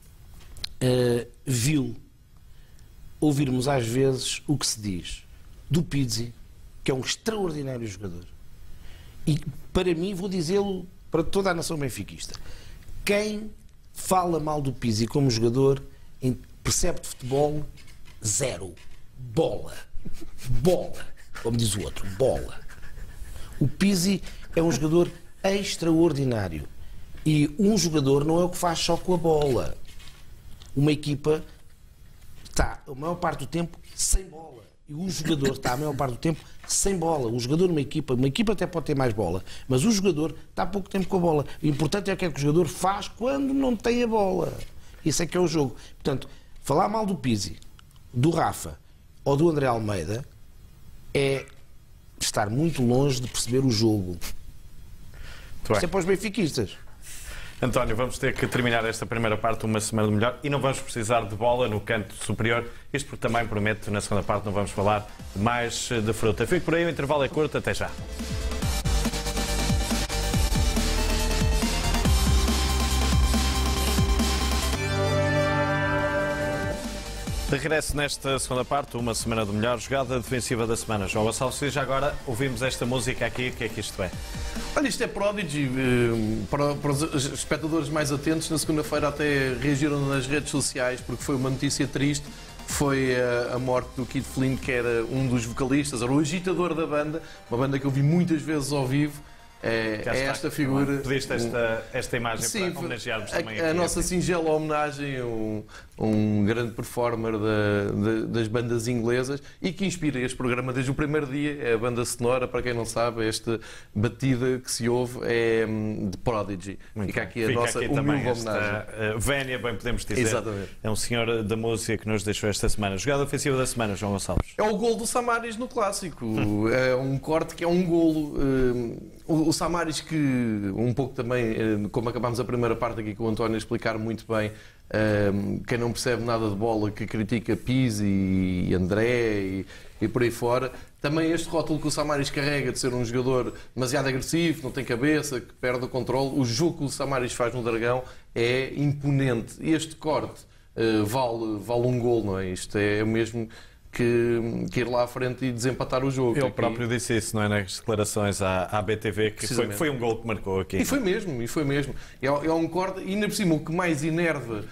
vil ouvirmos às vezes o que se diz do Pizzi, que é um extraordinário jogador. E para mim, vou dizê-lo para toda a nação benfiquista, quem fala mal do Pizzi como jogador percebe de futebol zero. Bola, como diz o outro, bola. O Pizzi é um jogador extraordinário e um jogador não é o que faz só com a bola. Uma equipa está a maior parte do tempo sem bola. E o jogador está a maior parte do tempo sem bola. O jogador numa equipa até pode ter mais bola, mas o jogador está há pouco tempo com a bola. O importante é o que o jogador faz quando não tem a bola. Isso é que é o jogo. Portanto, falar mal do Pizzi, do Rafa ou do André Almeida é estar muito longe de perceber o jogo. Isto é para os benfiquistas. António, vamos ter que terminar esta primeira parte uma semana do melhor e não vamos precisar de bola no canto superior, isto porque também prometo na segunda parte não vamos falar mais de fruta. Fico por aí, o intervalo é curto, até já. De regresso nesta segunda parte, uma semana do melhor, jogada defensiva da semana. João Gonçalves, já agora ouvimos esta música aqui, o que é que isto é? Olha, isto é Prodigy. Para os espectadores mais atentos, na segunda-feira até reagiram nas redes sociais, porque foi uma notícia triste. Foi a morte do Keith Flint, que era um dos vocalistas, era o agitador da banda, uma banda que eu vi muitas vezes ao vivo. É esta figura. Pediste esta imagem. Sim, para homenagearmos também a nossa singela homenagem a um grande performer das bandas inglesas e que inspira este programa desde o primeiro dia. É a banda sonora, para quem não sabe, esta batida que se ouve é de Prodigy. Fica aqui a nossa humilde homenagem. Vénia, bem podemos dizer. Exatamente. É um senhor da música que nos deixou esta semana. Jogada ofensiva da semana, João Gonçalves. É o golo do Samaris no clássico. É um corte que é um golo. O Samaris, que um pouco também, como acabámos a primeira parte aqui com o António a explicar muito bem, quem não percebe nada de bola, que critica Pizzi e André e por aí fora, também este rótulo que o Samaris carrega de ser um jogador demasiado agressivo, não tem cabeça, que perde o controle, o jogo que o Samaris faz no Dragão é imponente. Este corte vale um gol, não é? Isto é o mesmo que ir lá à frente e desempatar o jogo. Ele próprio disse isso, não é? Nas declarações à BTV, que foi um gol que marcou aqui. E foi mesmo. É um corte, e ainda por cima, o que mais enerva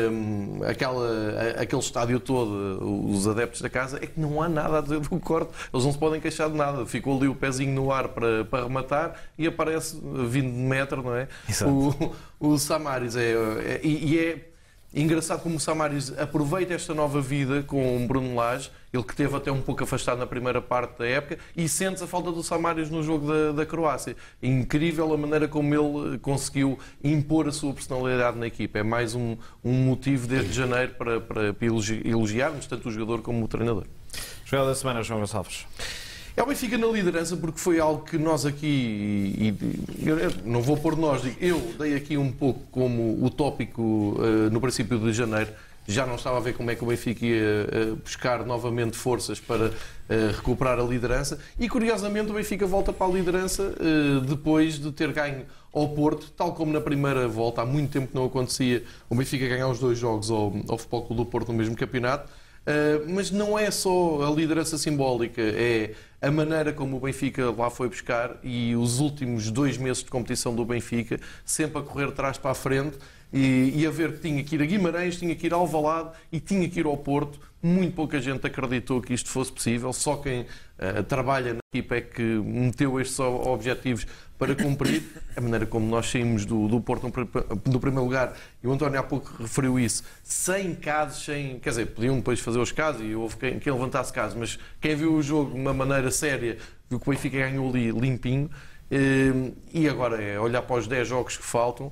aquele estádio todo, os adeptos da casa, é que não há nada a dizer do corte. Eles não se podem queixar de nada. Ficou ali o pezinho no ar para rematar e aparece vindo de metro, não é? O Samaris é engraçado como o Samaris aproveita esta nova vida com o Bruno Lage, ele que esteve até um pouco afastado na primeira parte da época, e sente a falta do Samaris no jogo da Croácia. Incrível a maneira como ele conseguiu impor a sua personalidade na equipa. É mais um motivo desde janeiro para elogiarmos tanto o jogador como o treinador. Jogada da semana, João Gonçalves. É o Benfica na liderança, porque foi algo que nós aqui, eu não vou pôr nós, eu dei aqui um pouco como o tópico no princípio de janeiro. Já não estava a ver como é que o Benfica ia buscar novamente forças para recuperar a liderança e, curiosamente, o Benfica volta para a liderança depois de ter ganho ao Porto, tal como na primeira volta, há muito tempo que não acontecia o Benfica ganhar os 2 jogos ao Futebol Clube do Porto no mesmo campeonato. Mas não é só a liderança simbólica, é a maneira como o Benfica lá foi buscar e os últimos 2 meses de competição do Benfica, sempre a correr de trás para a frente e a ver que tinha que ir a Guimarães, tinha que ir ao Alvalade e tinha que ir ao Porto. Muito pouca gente acreditou que isto fosse possível, só quem trabalha na equipa é que meteu estes objetivos para cumprir. A maneira como nós saímos do Porto no primeiro lugar, e o António há pouco referiu isso, sem casos, quer dizer, podiam depois fazer os casos e houve quem levantasse casos, mas quem viu o jogo de uma maneira séria viu que o Benfica ganhou ali limpinho, e agora é olhar para os 10 jogos que faltam.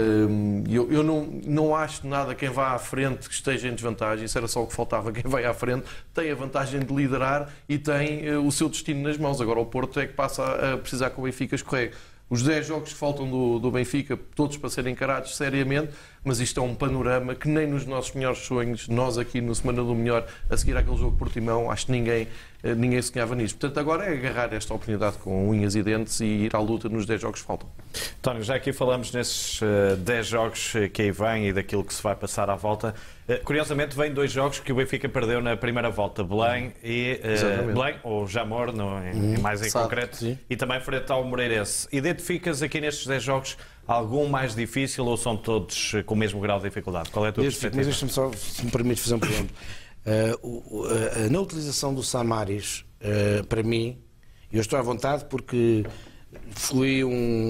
Eu não acho nada quem vá à frente que esteja em desvantagem, isso era só o que faltava. Quem vai à frente tem a vantagem de liderar e tem o seu destino nas mãos. Agora o Porto é que passa a precisar que o Benfica escorregue. Os 10 jogos que faltam do Benfica, todos para serem encarados seriamente, mas isto é um panorama que nem nos nossos melhores sonhos, nós aqui no Semana do Melhor, a seguir àquele jogo por Timão, acho que ninguém sonhava nisso. Portanto, agora é agarrar esta oportunidade com unhas e dentes e ir à luta nos 10 jogos que faltam. António, já aqui falamos nesses 10 jogos que aí vêm e daquilo que se vai passar à volta. Curiosamente, vêm 2 jogos que o Benfica perdeu na primeira volta, Belém e Belém, ou Jamor, mais em concreto, sim. E também frente ao Moreirense. Identificas aqui nestes 10 jogos algum mais difícil ou são todos com o mesmo grau de dificuldade? Qual é a tua perspectiva? Mas deixa-me só, se me permite fazer um problema. Na utilização do Samaris, para mim, eu estou à vontade porque fui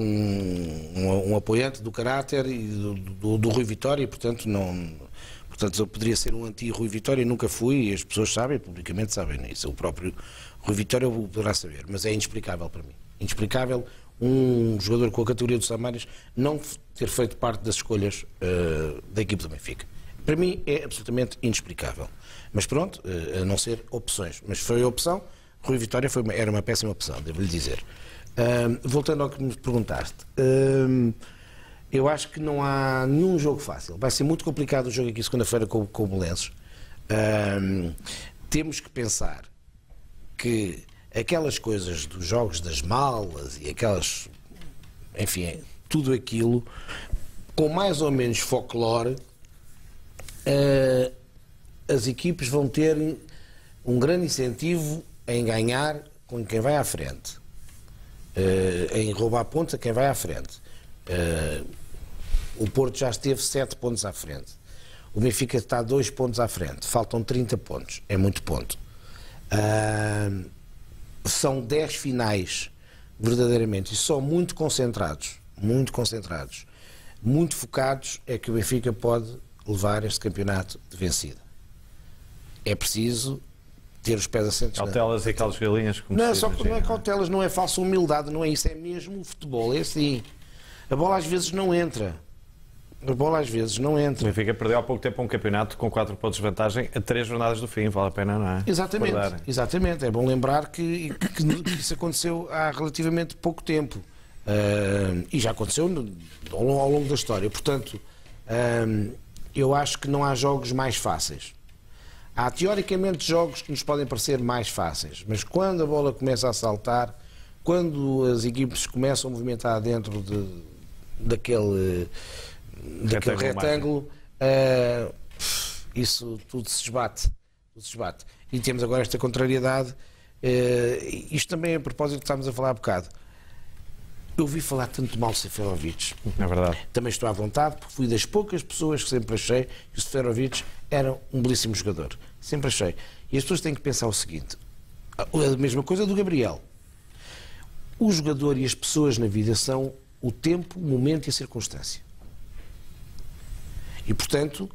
um apoiante do caráter e do Rui Vitória e, portanto, eu poderia ser um anti-Rui Vitória e nunca fui, e as pessoas sabem, publicamente sabem isso. O próprio Rui Vitória o poderá saber, mas é inexplicável para mim. Inexplicável um jogador com a categoria do Samaris não ter feito parte das escolhas da equipe do Benfica. Para mim é absolutamente inexplicável. Mas pronto, a não ser opções. Mas foi a opção. Rui Vitória era uma péssima opção, devo-lhe dizer. Voltando ao que me perguntaste, eu acho que não há nenhum jogo fácil. Vai ser muito complicado o jogo aqui segunda-feira com o Belenenses. Temos que pensar que aquelas coisas dos jogos das malas e aquelas, enfim, tudo aquilo, com mais ou menos folclore, as equipes vão ter um grande incentivo em ganhar com quem vai à frente, em roubar pontos a quem vai à frente. O Porto já esteve 7 pontos à frente. O Benfica está 2 pontos à frente. Faltam 30 pontos. É muito ponto. São 10 finais, verdadeiramente, e só muito concentrados, muito focados, é que o Benfica pode levar este campeonato de vencida. É preciso ter os pés assentes. Cautelas e aquelas galinhas. Como não, só que não é cautelas, não é falsa humildade, não é isso, é mesmo o futebol, é assim. A bola às vezes não entra. A bola às vezes não entra. O Benfica perdeu há pouco tempo um campeonato com 4 pontos de vantagem a 3 jornadas do fim, vale a pena, não é? Exatamente, exatamente. É bom lembrar que isso aconteceu há relativamente pouco tempo. E já aconteceu ao longo da história. Portanto, eu acho que não há jogos mais fáceis. Há teoricamente jogos que nos podem parecer mais fáceis, mas quando a bola começa a saltar, quando as equipes começam a movimentar dentro daquele retângulo, isso tudo se esbate. E temos agora esta contrariedade. Isto também a propósito do que estávamos a falar há bocado. Eu ouvi falar tanto mal de Seferovic. É verdade. Também estou à vontade, porque fui das poucas pessoas que sempre achei que o Seferovic era um belíssimo jogador. Sempre achei. E as pessoas têm que pensar o seguinte: a mesma coisa do Gabriel. O jogador e as pessoas na vida são o tempo, o momento e a circunstância. E, portanto,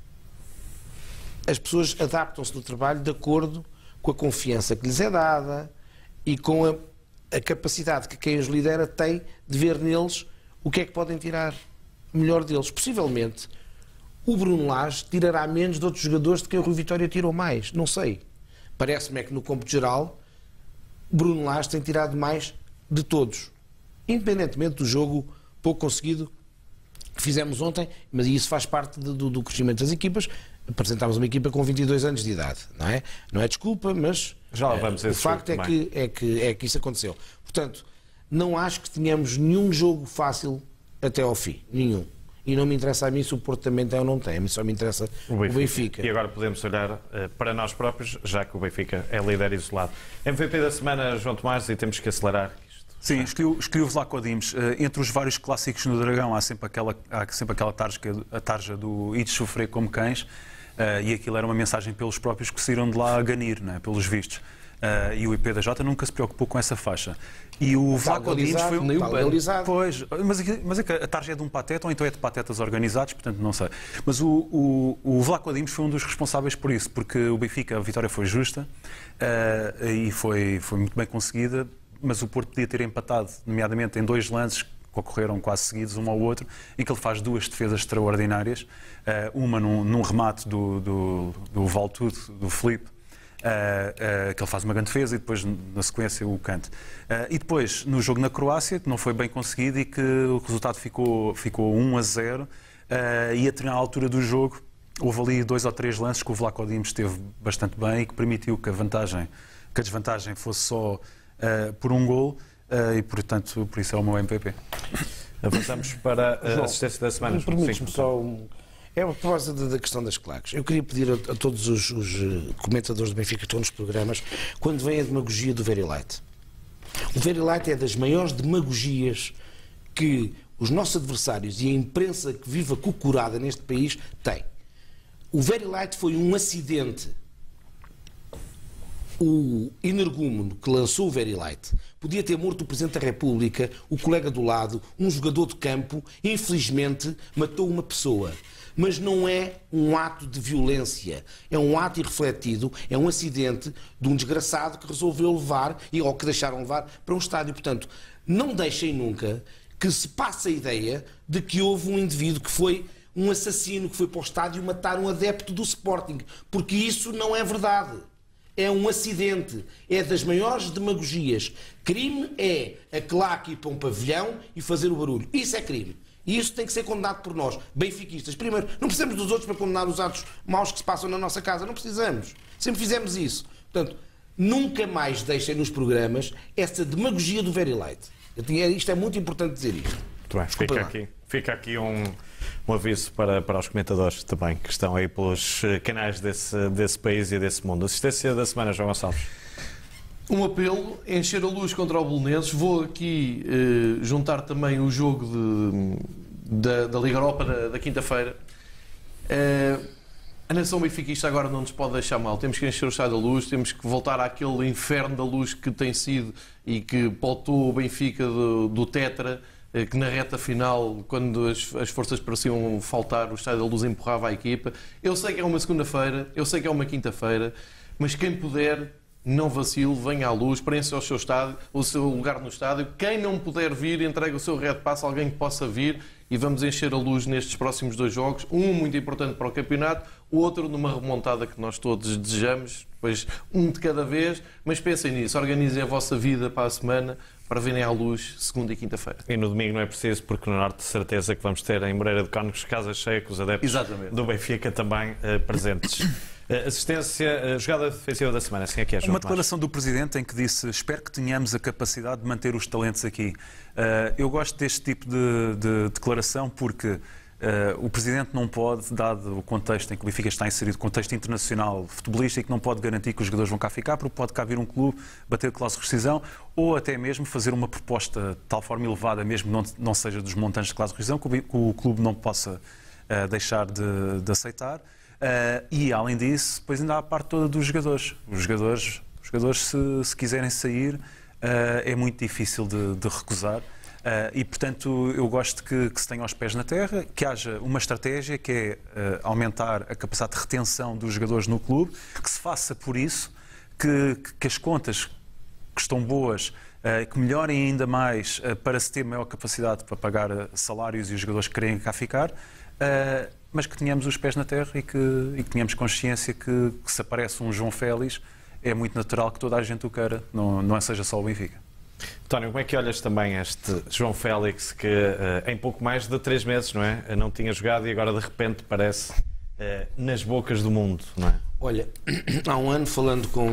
as pessoas adaptam-se no trabalho de acordo com a confiança que lhes é dada e com a capacidade que quem os lidera tem de ver neles o que é que podem tirar melhor deles. Possivelmente, o Bruno Lage tirará menos de outros jogadores de quem o Rui Vitória tirou mais. Não sei. Parece-me é que, no cômputo geral, Bruno Lage tem tirado mais de todos. Independentemente do jogo pouco conseguido que fizemos ontem, mas isso faz parte do crescimento das equipas. Apresentámos uma equipa com 22 anos de idade, não é? Não é desculpa, mas já vamos o facto é que isso aconteceu. Portanto, não acho que tenhamos nenhum jogo fácil até ao fim. Nenhum. E não me interessa a mim se o Porto também tem ou não tem. A mim só me interessa o Benfica. E agora podemos olhar para nós próprios, já que o Benfica é líder isolado. MVP da semana, João Tomás, e temos que acelerar. Sim, escolhi o Vlaco Dimos. Entre os vários clássicos no Dragão há sempre aquela tarja do "e de sofrer como cães", e aquilo era uma mensagem pelos próprios que saíram de lá a ganir, não é? Pelos vistos. E o IPDJ nunca se preocupou com essa faixa. E o Vlaco Dimos foi Pois, mas a tarja é de um pateta, ou então é de patetas organizados, portanto não sei. Mas o Vlaco Dimos foi um dos responsáveis por isso, porque o Benfica, a vitória foi justa e foi muito bem conseguida, mas o Porto podia ter empatado, nomeadamente em 2 lances que ocorreram quase seguidos um ao outro, em que ele faz 2 defesas extraordinárias, uma num remate do Valtudo, do Filipe, que ele faz uma grande defesa, e depois na sequência o Kant. E depois no jogo na Croácia, que não foi bem conseguido e que o resultado ficou 1-0, e à altura do jogo houve ali 2 ou 3 lances que o Vlaco Dimos esteve bastante bem e que permitiu que a desvantagem fosse só por um gol, e portanto por isso é o meu MVP. Avançamos para a assistência da semana. Permites-me só é a propósito da questão das claques. Eu queria pedir a todos os comentadores do Benfica que estão nos programas, quando vem a demagogia do Very Light. O Very Light é das maiores demagogias que os nossos adversários e a imprensa que vive acocorada neste país têm. O Very Light foi um acidente. O energúmeno que lançou o Very Light podia ter morto o Presidente da República, o colega do lado, um jogador de campo. Infelizmente matou uma pessoa. Mas não é um ato de violência, é um ato irrefletido, é um acidente de um desgraçado que resolveu levar, ou que deixaram levar, para um estádio. Portanto, não deixem nunca que se passe a ideia de que houve um indivíduo que foi um assassino que foi para o estádio matar um adepto do Sporting, porque isso não é verdade. É um acidente, é das maiores demagogias. Crime é a claque ir para um pavilhão e fazer o barulho. Isso é crime. E isso tem que ser condenado por nós, benfiquistas. Primeiro, não precisamos dos outros para condenar os atos maus que se passam na nossa casa. Não precisamos. Sempre fizemos isso. Portanto, nunca mais deixem nos programas essa demagogia do very light. Isto é muito importante dizer isto. Muito bem, fica aqui um aviso para os comentadores também, que estão aí pelos canais desse país e desse mundo. Assistência da semana, João Gonçalves. Um apelo, encher a luz contra o Belenenses. Vou aqui juntar também o jogo da Liga Europa da quinta-feira. A nação benfiquista agora não nos pode deixar mal. Temos que encher o estádio da luz, temos que voltar àquele inferno da luz que tem sido e que pautou o Benfica do Tetra, que na reta final, quando as forças pareciam faltar, o estádio da luz empurrava a equipa. Eu sei que é uma segunda-feira, eu sei que é uma quinta-feira, mas quem puder, não vacile, venha à luz, preencha o seu estádio, o seu lugar no estádio. Quem não puder vir, entregue o seu Red Pass a alguém que possa vir e vamos encher a luz nestes próximos 2 jogos. Um muito importante para o campeonato, o outro numa remontada que nós todos desejamos, depois um de cada vez, mas pensem nisso, organizem a vossa vida para a semana para virem à luz segunda e quinta-feira. E no domingo não é preciso, porque no Norte de certeza que vamos ter em Moreira de Cónegos casa cheia com os adeptos do Benfica também presentes. Assistência, jogada defensiva da semana, assim é que é, João Uma declaração do Presidente em que disse: espero que tenhamos a capacidade de manter os talentos aqui. Eu gosto deste tipo de declaração porque o Presidente não pode, dado o contexto em que o Benfica está inserido, contexto internacional futebolístico, não pode garantir que os jogadores vão cá ficar, porque pode cá vir um clube, bater cláusula de rescisão, ou até mesmo fazer uma proposta de tal forma elevada, mesmo que não seja dos montantes de cláusula de rescisão, que o clube não possa deixar de aceitar. E, além disso, depois ainda há a parte toda dos jogadores. Os jogadores se quiserem sair, é muito difícil de recusar. E, portanto, eu gosto que se tenha os pés na terra, que haja uma estratégia que é aumentar a capacidade de retenção dos jogadores no clube, que se faça por isso, que as contas que estão boas, que melhorem ainda mais para se ter maior capacidade para pagar salários e os jogadores que querem cá ficar, mas que tenhamos os pés na terra e que tenhamos consciência que se aparece um João Félix, é muito natural que toda a gente o queira, não seja só o Benfica. António, como é que olhas também este João Félix que em pouco mais de 3 meses, não é? Não tinha jogado e agora de repente parece nas bocas do mundo, não é? Olha, há um ano falando com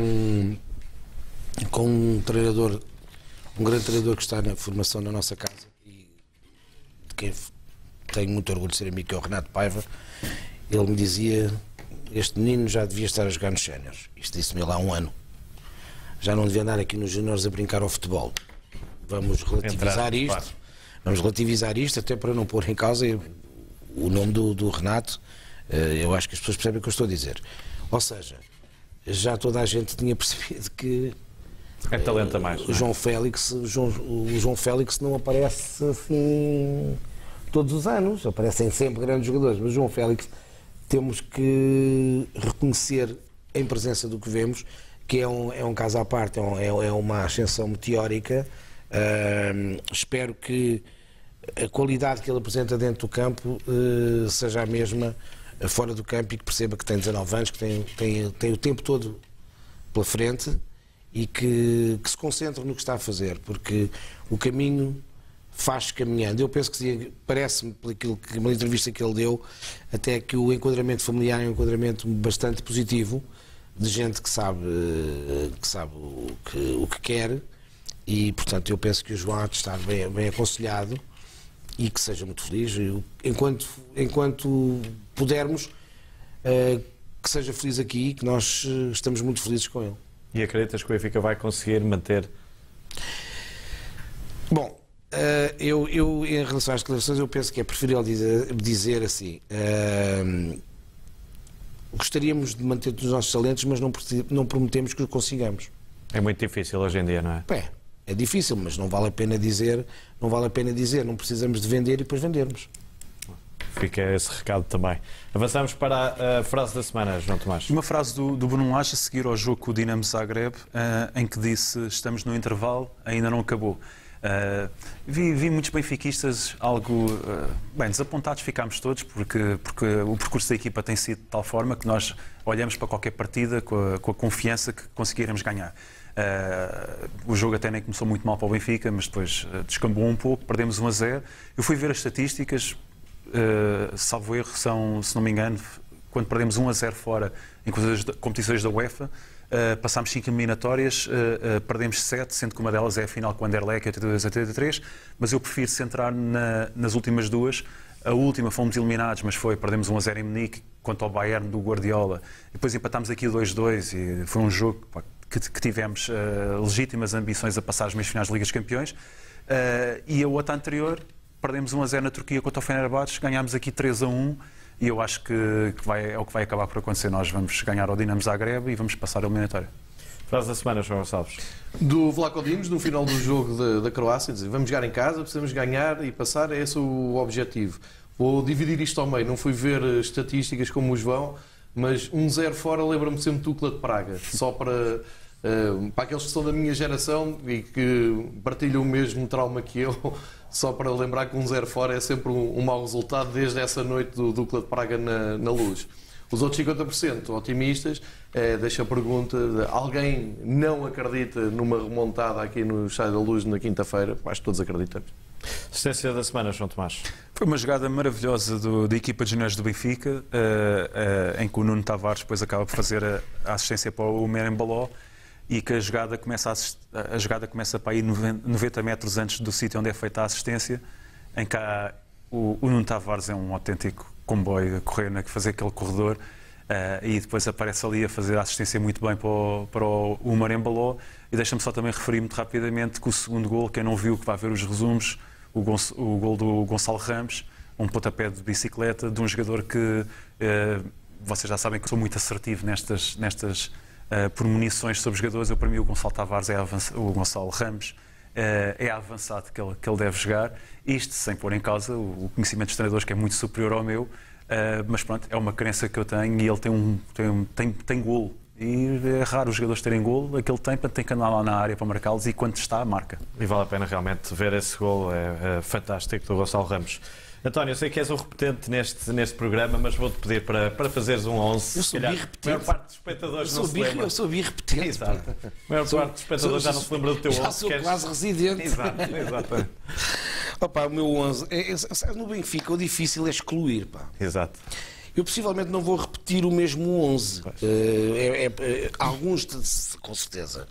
um treinador, um grande treinador que está na formação na nossa casa e de quem tenho muito orgulho de ser amigo, que é o Renato Paiva, ele me dizia: este menino já devia estar a jogar nos séniores. Isto disse-me ele há um ano. Já não devia andar aqui nos juniores a brincar ao futebol. Vamos relativizar isto. Claro. Vamos relativizar isto até para não pôr em causa o nome do Renato. Eu acho que as pessoas percebem o que eu estou a dizer. Ou seja, já toda a gente tinha percebido que é talento a mais. O João Félix não aparece assim todos os anos. Aparecem sempre grandes jogadores, mas o João Félix temos que reconhecer em presença do que vemos que é um caso à parte, é uma ascensão meteórica. Espero que a qualidade que ele apresenta dentro do campo seja a mesma fora do campo e que perceba que tem 19 anos, que tem o tempo todo pela frente e que se concentre no que está a fazer, porque o caminho faz caminhando. Eu penso que parece-me, pela entrevista que ele deu, até que o enquadramento familiar é um enquadramento bastante positivo, de gente que sabe o que quer e, portanto, eu penso que o João há de estar bem aconselhado e que seja muito feliz. Enquanto pudermos, que seja feliz aqui, que nós estamos muito felizes com ele. E acreditas que o Benfica vai conseguir manter? Bom, eu em relação às declarações, eu penso que é preferível dizer assim: gostaríamos de manter os nossos talentos, mas não prometemos que o consigamos. É muito difícil hoje em dia, não é? É difícil, mas não vale a pena dizer, não precisamos de vender e depois vendermos. Fica esse recado também. Avançamos para a frase da semana, João Tomás. Uma frase do Bruno Lage a seguir ao jogo com o Dinamo Zagreb, em que disse: estamos no intervalo, ainda não acabou. Vi muitos benfiquistas algo bem desapontados, ficámos todos, porque o percurso da equipa tem sido de tal forma que nós olhamos para qualquer partida com a confiança que conseguiremos ganhar. O jogo até nem começou muito mal para o Benfica, mas depois descambou um pouco, perdemos 1-0. Eu fui ver as estatísticas, salvo erro, se não me engano, quando perdemos 1-0 fora em competições da UEFA, passámos 5 eliminatórias, perdemos 7, sendo que uma delas é a final com o Anderlecht, 82-83, mas eu prefiro centrar nas últimas duas. A última fomos eliminados, mas perdemos 1-0 em Munique contra o Bayern do Guardiola, e depois empatámos aqui 2-2 e foi um jogo que tivemos legítimas ambições a passar as meias finais de Liga dos Campeões. E a outra anterior, perdemos 1-0 na Turquia contra o Fenerbahçe, ganhámos aqui 3-1, e eu acho que é o que vai acabar por acontecer. Nós vamos ganhar ao Dinamo Zagreb e vamos passar a eliminatória. Frase da semana, João Gonçalves. Do Vlaco Dimos, no final do jogo da Croácia, dizer, vamos jogar em casa, precisamos ganhar e passar, é esse o objetivo. Vou dividir isto ao meio, não fui ver estatísticas como o João, mas 1-0 fora lembra-me sempre do Clube de Praga, só para aqueles que são da minha geração e que partilham o mesmo trauma que eu, só para lembrar que 1-0 fora é sempre um mau resultado desde essa noite do Clube de Praga na Luz. Os outros 50% otimistas, deixa a pergunta, alguém não acredita numa remontada aqui no Estádio da Luz na quinta-feira? Acho que todos acreditamos. Assistência da semana, João Tomás. Foi uma jogada maravilhosa da equipa de juniores do Benfica, em que o Nuno Tavares depois acaba por fazer a assistência para o Merembaló, e que a jogada começa para ir 90 metros antes do sítio onde é feita a assistência, em que o Nuno Tavares é um autêntico comboio a correr, a fazer aquele corredor, e depois aparece ali a fazer a assistência muito bem para o Marembaló. E deixa-me só também referir muito rapidamente que o segundo gol, quem não viu, que vai ver os resumos, o gol do Gonçalo Ramos, um pontapé de bicicleta de um jogador que vocês já sabem que eu sou muito assertivo nestas premonições sobre jogadores. Para mim o Gonçalo Tavares o Gonçalo Ramos é avançado que ele deve jogar, isto sem pôr em causa o conhecimento dos treinadores, que é muito superior ao meu, mas pronto, é uma crença que eu tenho, e ele tem golo, e é raro os jogadores terem golo, aquele tem que andar lá na área para marcá-los, e quando está, marca. E vale a pena realmente ver esse golo, é fantástico, do Gonçalo Ramos. António, eu sei que és um repetente neste programa, mas vou-te pedir para fazeres um 11. Eu sou birrepetente. A maior parte dos espectadores não se lembra. Eu sou birrepetente. Exato. A maior parte dos espectadores já não se lembra do teu 11. Já sou quase residente. Exato. Opa, o meu 11... no Benfica o difícil é excluir. Pá. Exato. Eu possivelmente não vou repetir o mesmo 11. Alguns, com certeza.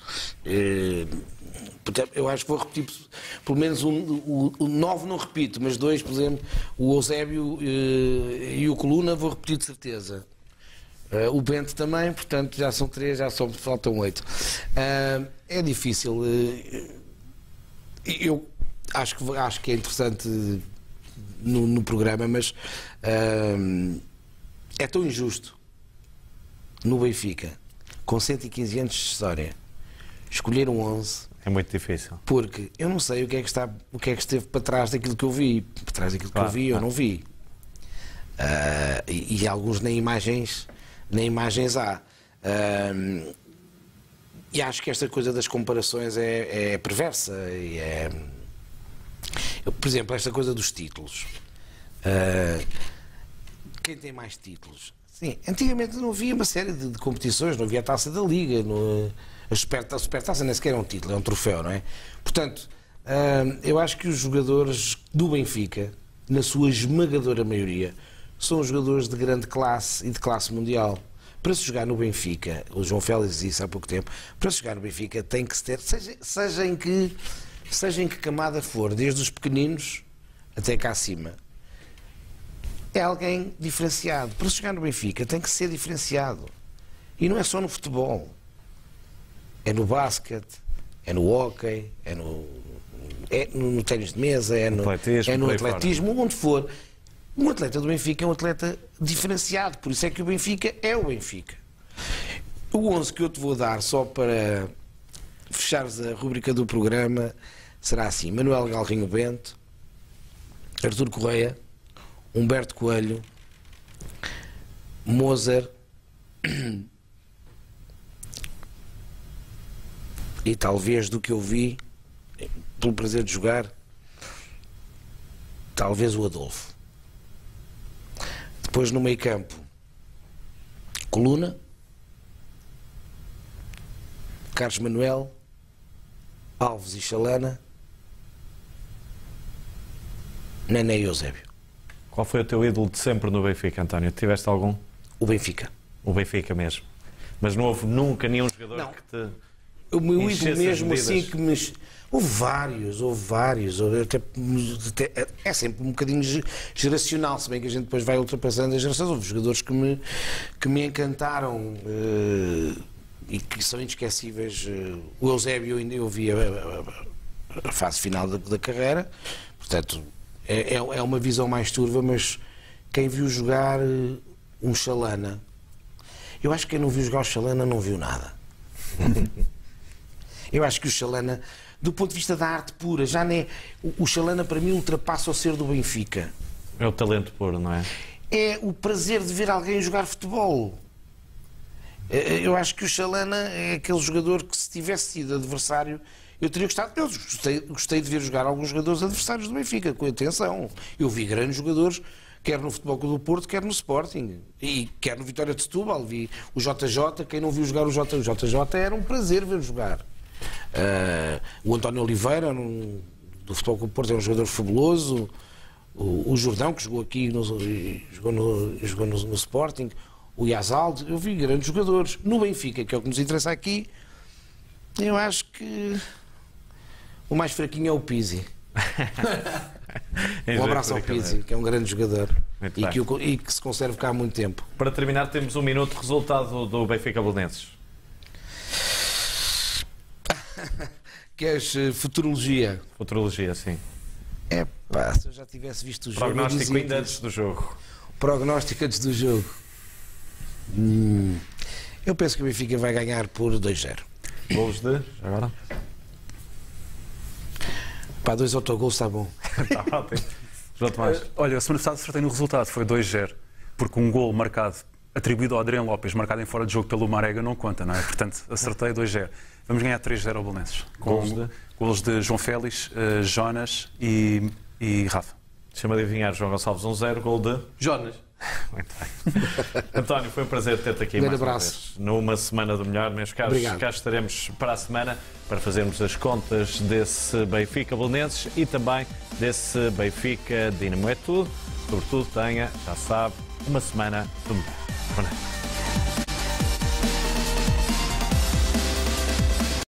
Eu acho que vou repetir pelo menos o 9 não repito, mas 2, por exemplo, o Eusébio e o Coluna vou repetir de certeza. O Bento também, portanto já são 3, já só faltam 8. É difícil. Eu acho que é interessante no programa, mas é tão injusto no Benfica, com 115 anos de história, escolher um 11. É muito difícil. Porque eu não sei o que é que esteve para trás daquilo que eu vi. Para trás daquilo que eu vi, eu não vi. E alguns nem imagens há. E acho que esta coisa das comparações é perversa. Por exemplo, esta coisa dos títulos. Quem tem mais títulos? Sim, antigamente não havia uma série de competições, não havia a Taça da Liga, a Supertaça nem sequer é um título, é um troféu, não é? Portanto, eu acho que os jogadores do Benfica, na sua esmagadora maioria, são jogadores de grande classe e de classe mundial. Para se jogar no Benfica, o João Félix disse há pouco tempo, para se jogar no Benfica tem que se ter, seja em que camada for, desde os pequeninos até cá acima, é alguém diferenciado. Para se jogar no Benfica tem que ser diferenciado. E não é só no futebol. É no basquete, é no hóquei, é no ténis de mesa, é no atletismo, onde for. Um atleta do Benfica é um atleta diferenciado, por isso é que o Benfica é o Benfica. O 11 que eu te vou dar, só para fechares a rubrica do programa, será assim: Manuel Galrinho Bento, Artur Correia, Humberto Coelho, Mozart e talvez, do que eu vi, pelo prazer de jogar, talvez o Adolfo. Depois no meio campo, Coluna, Carlos Manuel, Alves e Chalana, Nené e Eusébio. Qual foi o teu ídolo de sempre no Benfica, António? Tiveste algum? O Benfica. O Benfica mesmo. Mas não houve nunca nenhum jogador Não. que te... O meu ídolo enchesse as mesmo medidas? assim que me... Houve vários. É sempre um bocadinho geracional, se bem que a gente depois vai ultrapassando as gerações. Houve jogadores que me encantaram e que são inesquecíveis. O Eusébio, ainda eu vi a fase final da carreira, portanto é uma visão mais turva, mas quem viu jogar um Chalana, eu acho que quem não viu jogar o Chalana não viu nada. Eu acho que o Chalana, do ponto de vista da arte pura, já nem o Chalana para mim ultrapassa o ser do Benfica. É o talento puro, não é? É o prazer de ver alguém jogar futebol. Eu acho que o Chalana é aquele jogador que, se tivesse sido adversário, eu teria gostado. Eu gostei de ver jogar alguns jogadores adversários do Benfica, com atenção. Eu vi grandes jogadores, quer no Futebol Clube do Porto, quer no Sporting, e quer no Vitória de Setúbal. Vi o JJ, quem não viu jogar o JJ era um prazer ver jogar. O António Oliveira, do Futebol Clube do Porto, é um jogador fabuloso. O Jordão, que jogou aqui, jogou no Sporting. O Yazalde, eu vi grandes jogadores. No Benfica, que é o que nos interessa aqui, eu acho que o mais fraquinho é o Pizzi. Um abraço ao Pizzi, que é um grande jogador e que se conserva cá há muito tempo. Para terminar, temos um minuto. Resultado do Benfica Belenenses. Queres futurologia? Futurologia, sim. É pá, se eu já tivesse visto o jogo... Prognóstico ainda antes do jogo. Prognóstico antes do jogo. Eu penso que o Benfica vai ganhar por 2-0. Golos de... agora? Pá, 2 autogolos está bom. Está ótimo. João Tomás. Olha, a semana passada acertei no resultado, foi 2-0, porque um gol marcado, atribuído ao Adriano Lopes, marcado em fora de jogo pelo Marega, não conta, não é? Portanto, acertei 2-0. Vamos ganhar 3-0 ao Belenenses. Com golos de João Félix, Jonas e Rafa. Chama de adivinhar, João Gonçalves 1-0, gol de... Jonas. Muito bem. António, foi um prazer ter-te aqui Grande mais uma abraço. vez. Numa semana do melhor, meus caros. Obrigado. Cá estaremos para a semana para fazermos as contas desse Benfica Belenenses e também desse Benfica Dinamo. É tudo. Sobretudo, tenha, já sabe, uma semana do melhor. Boa noite.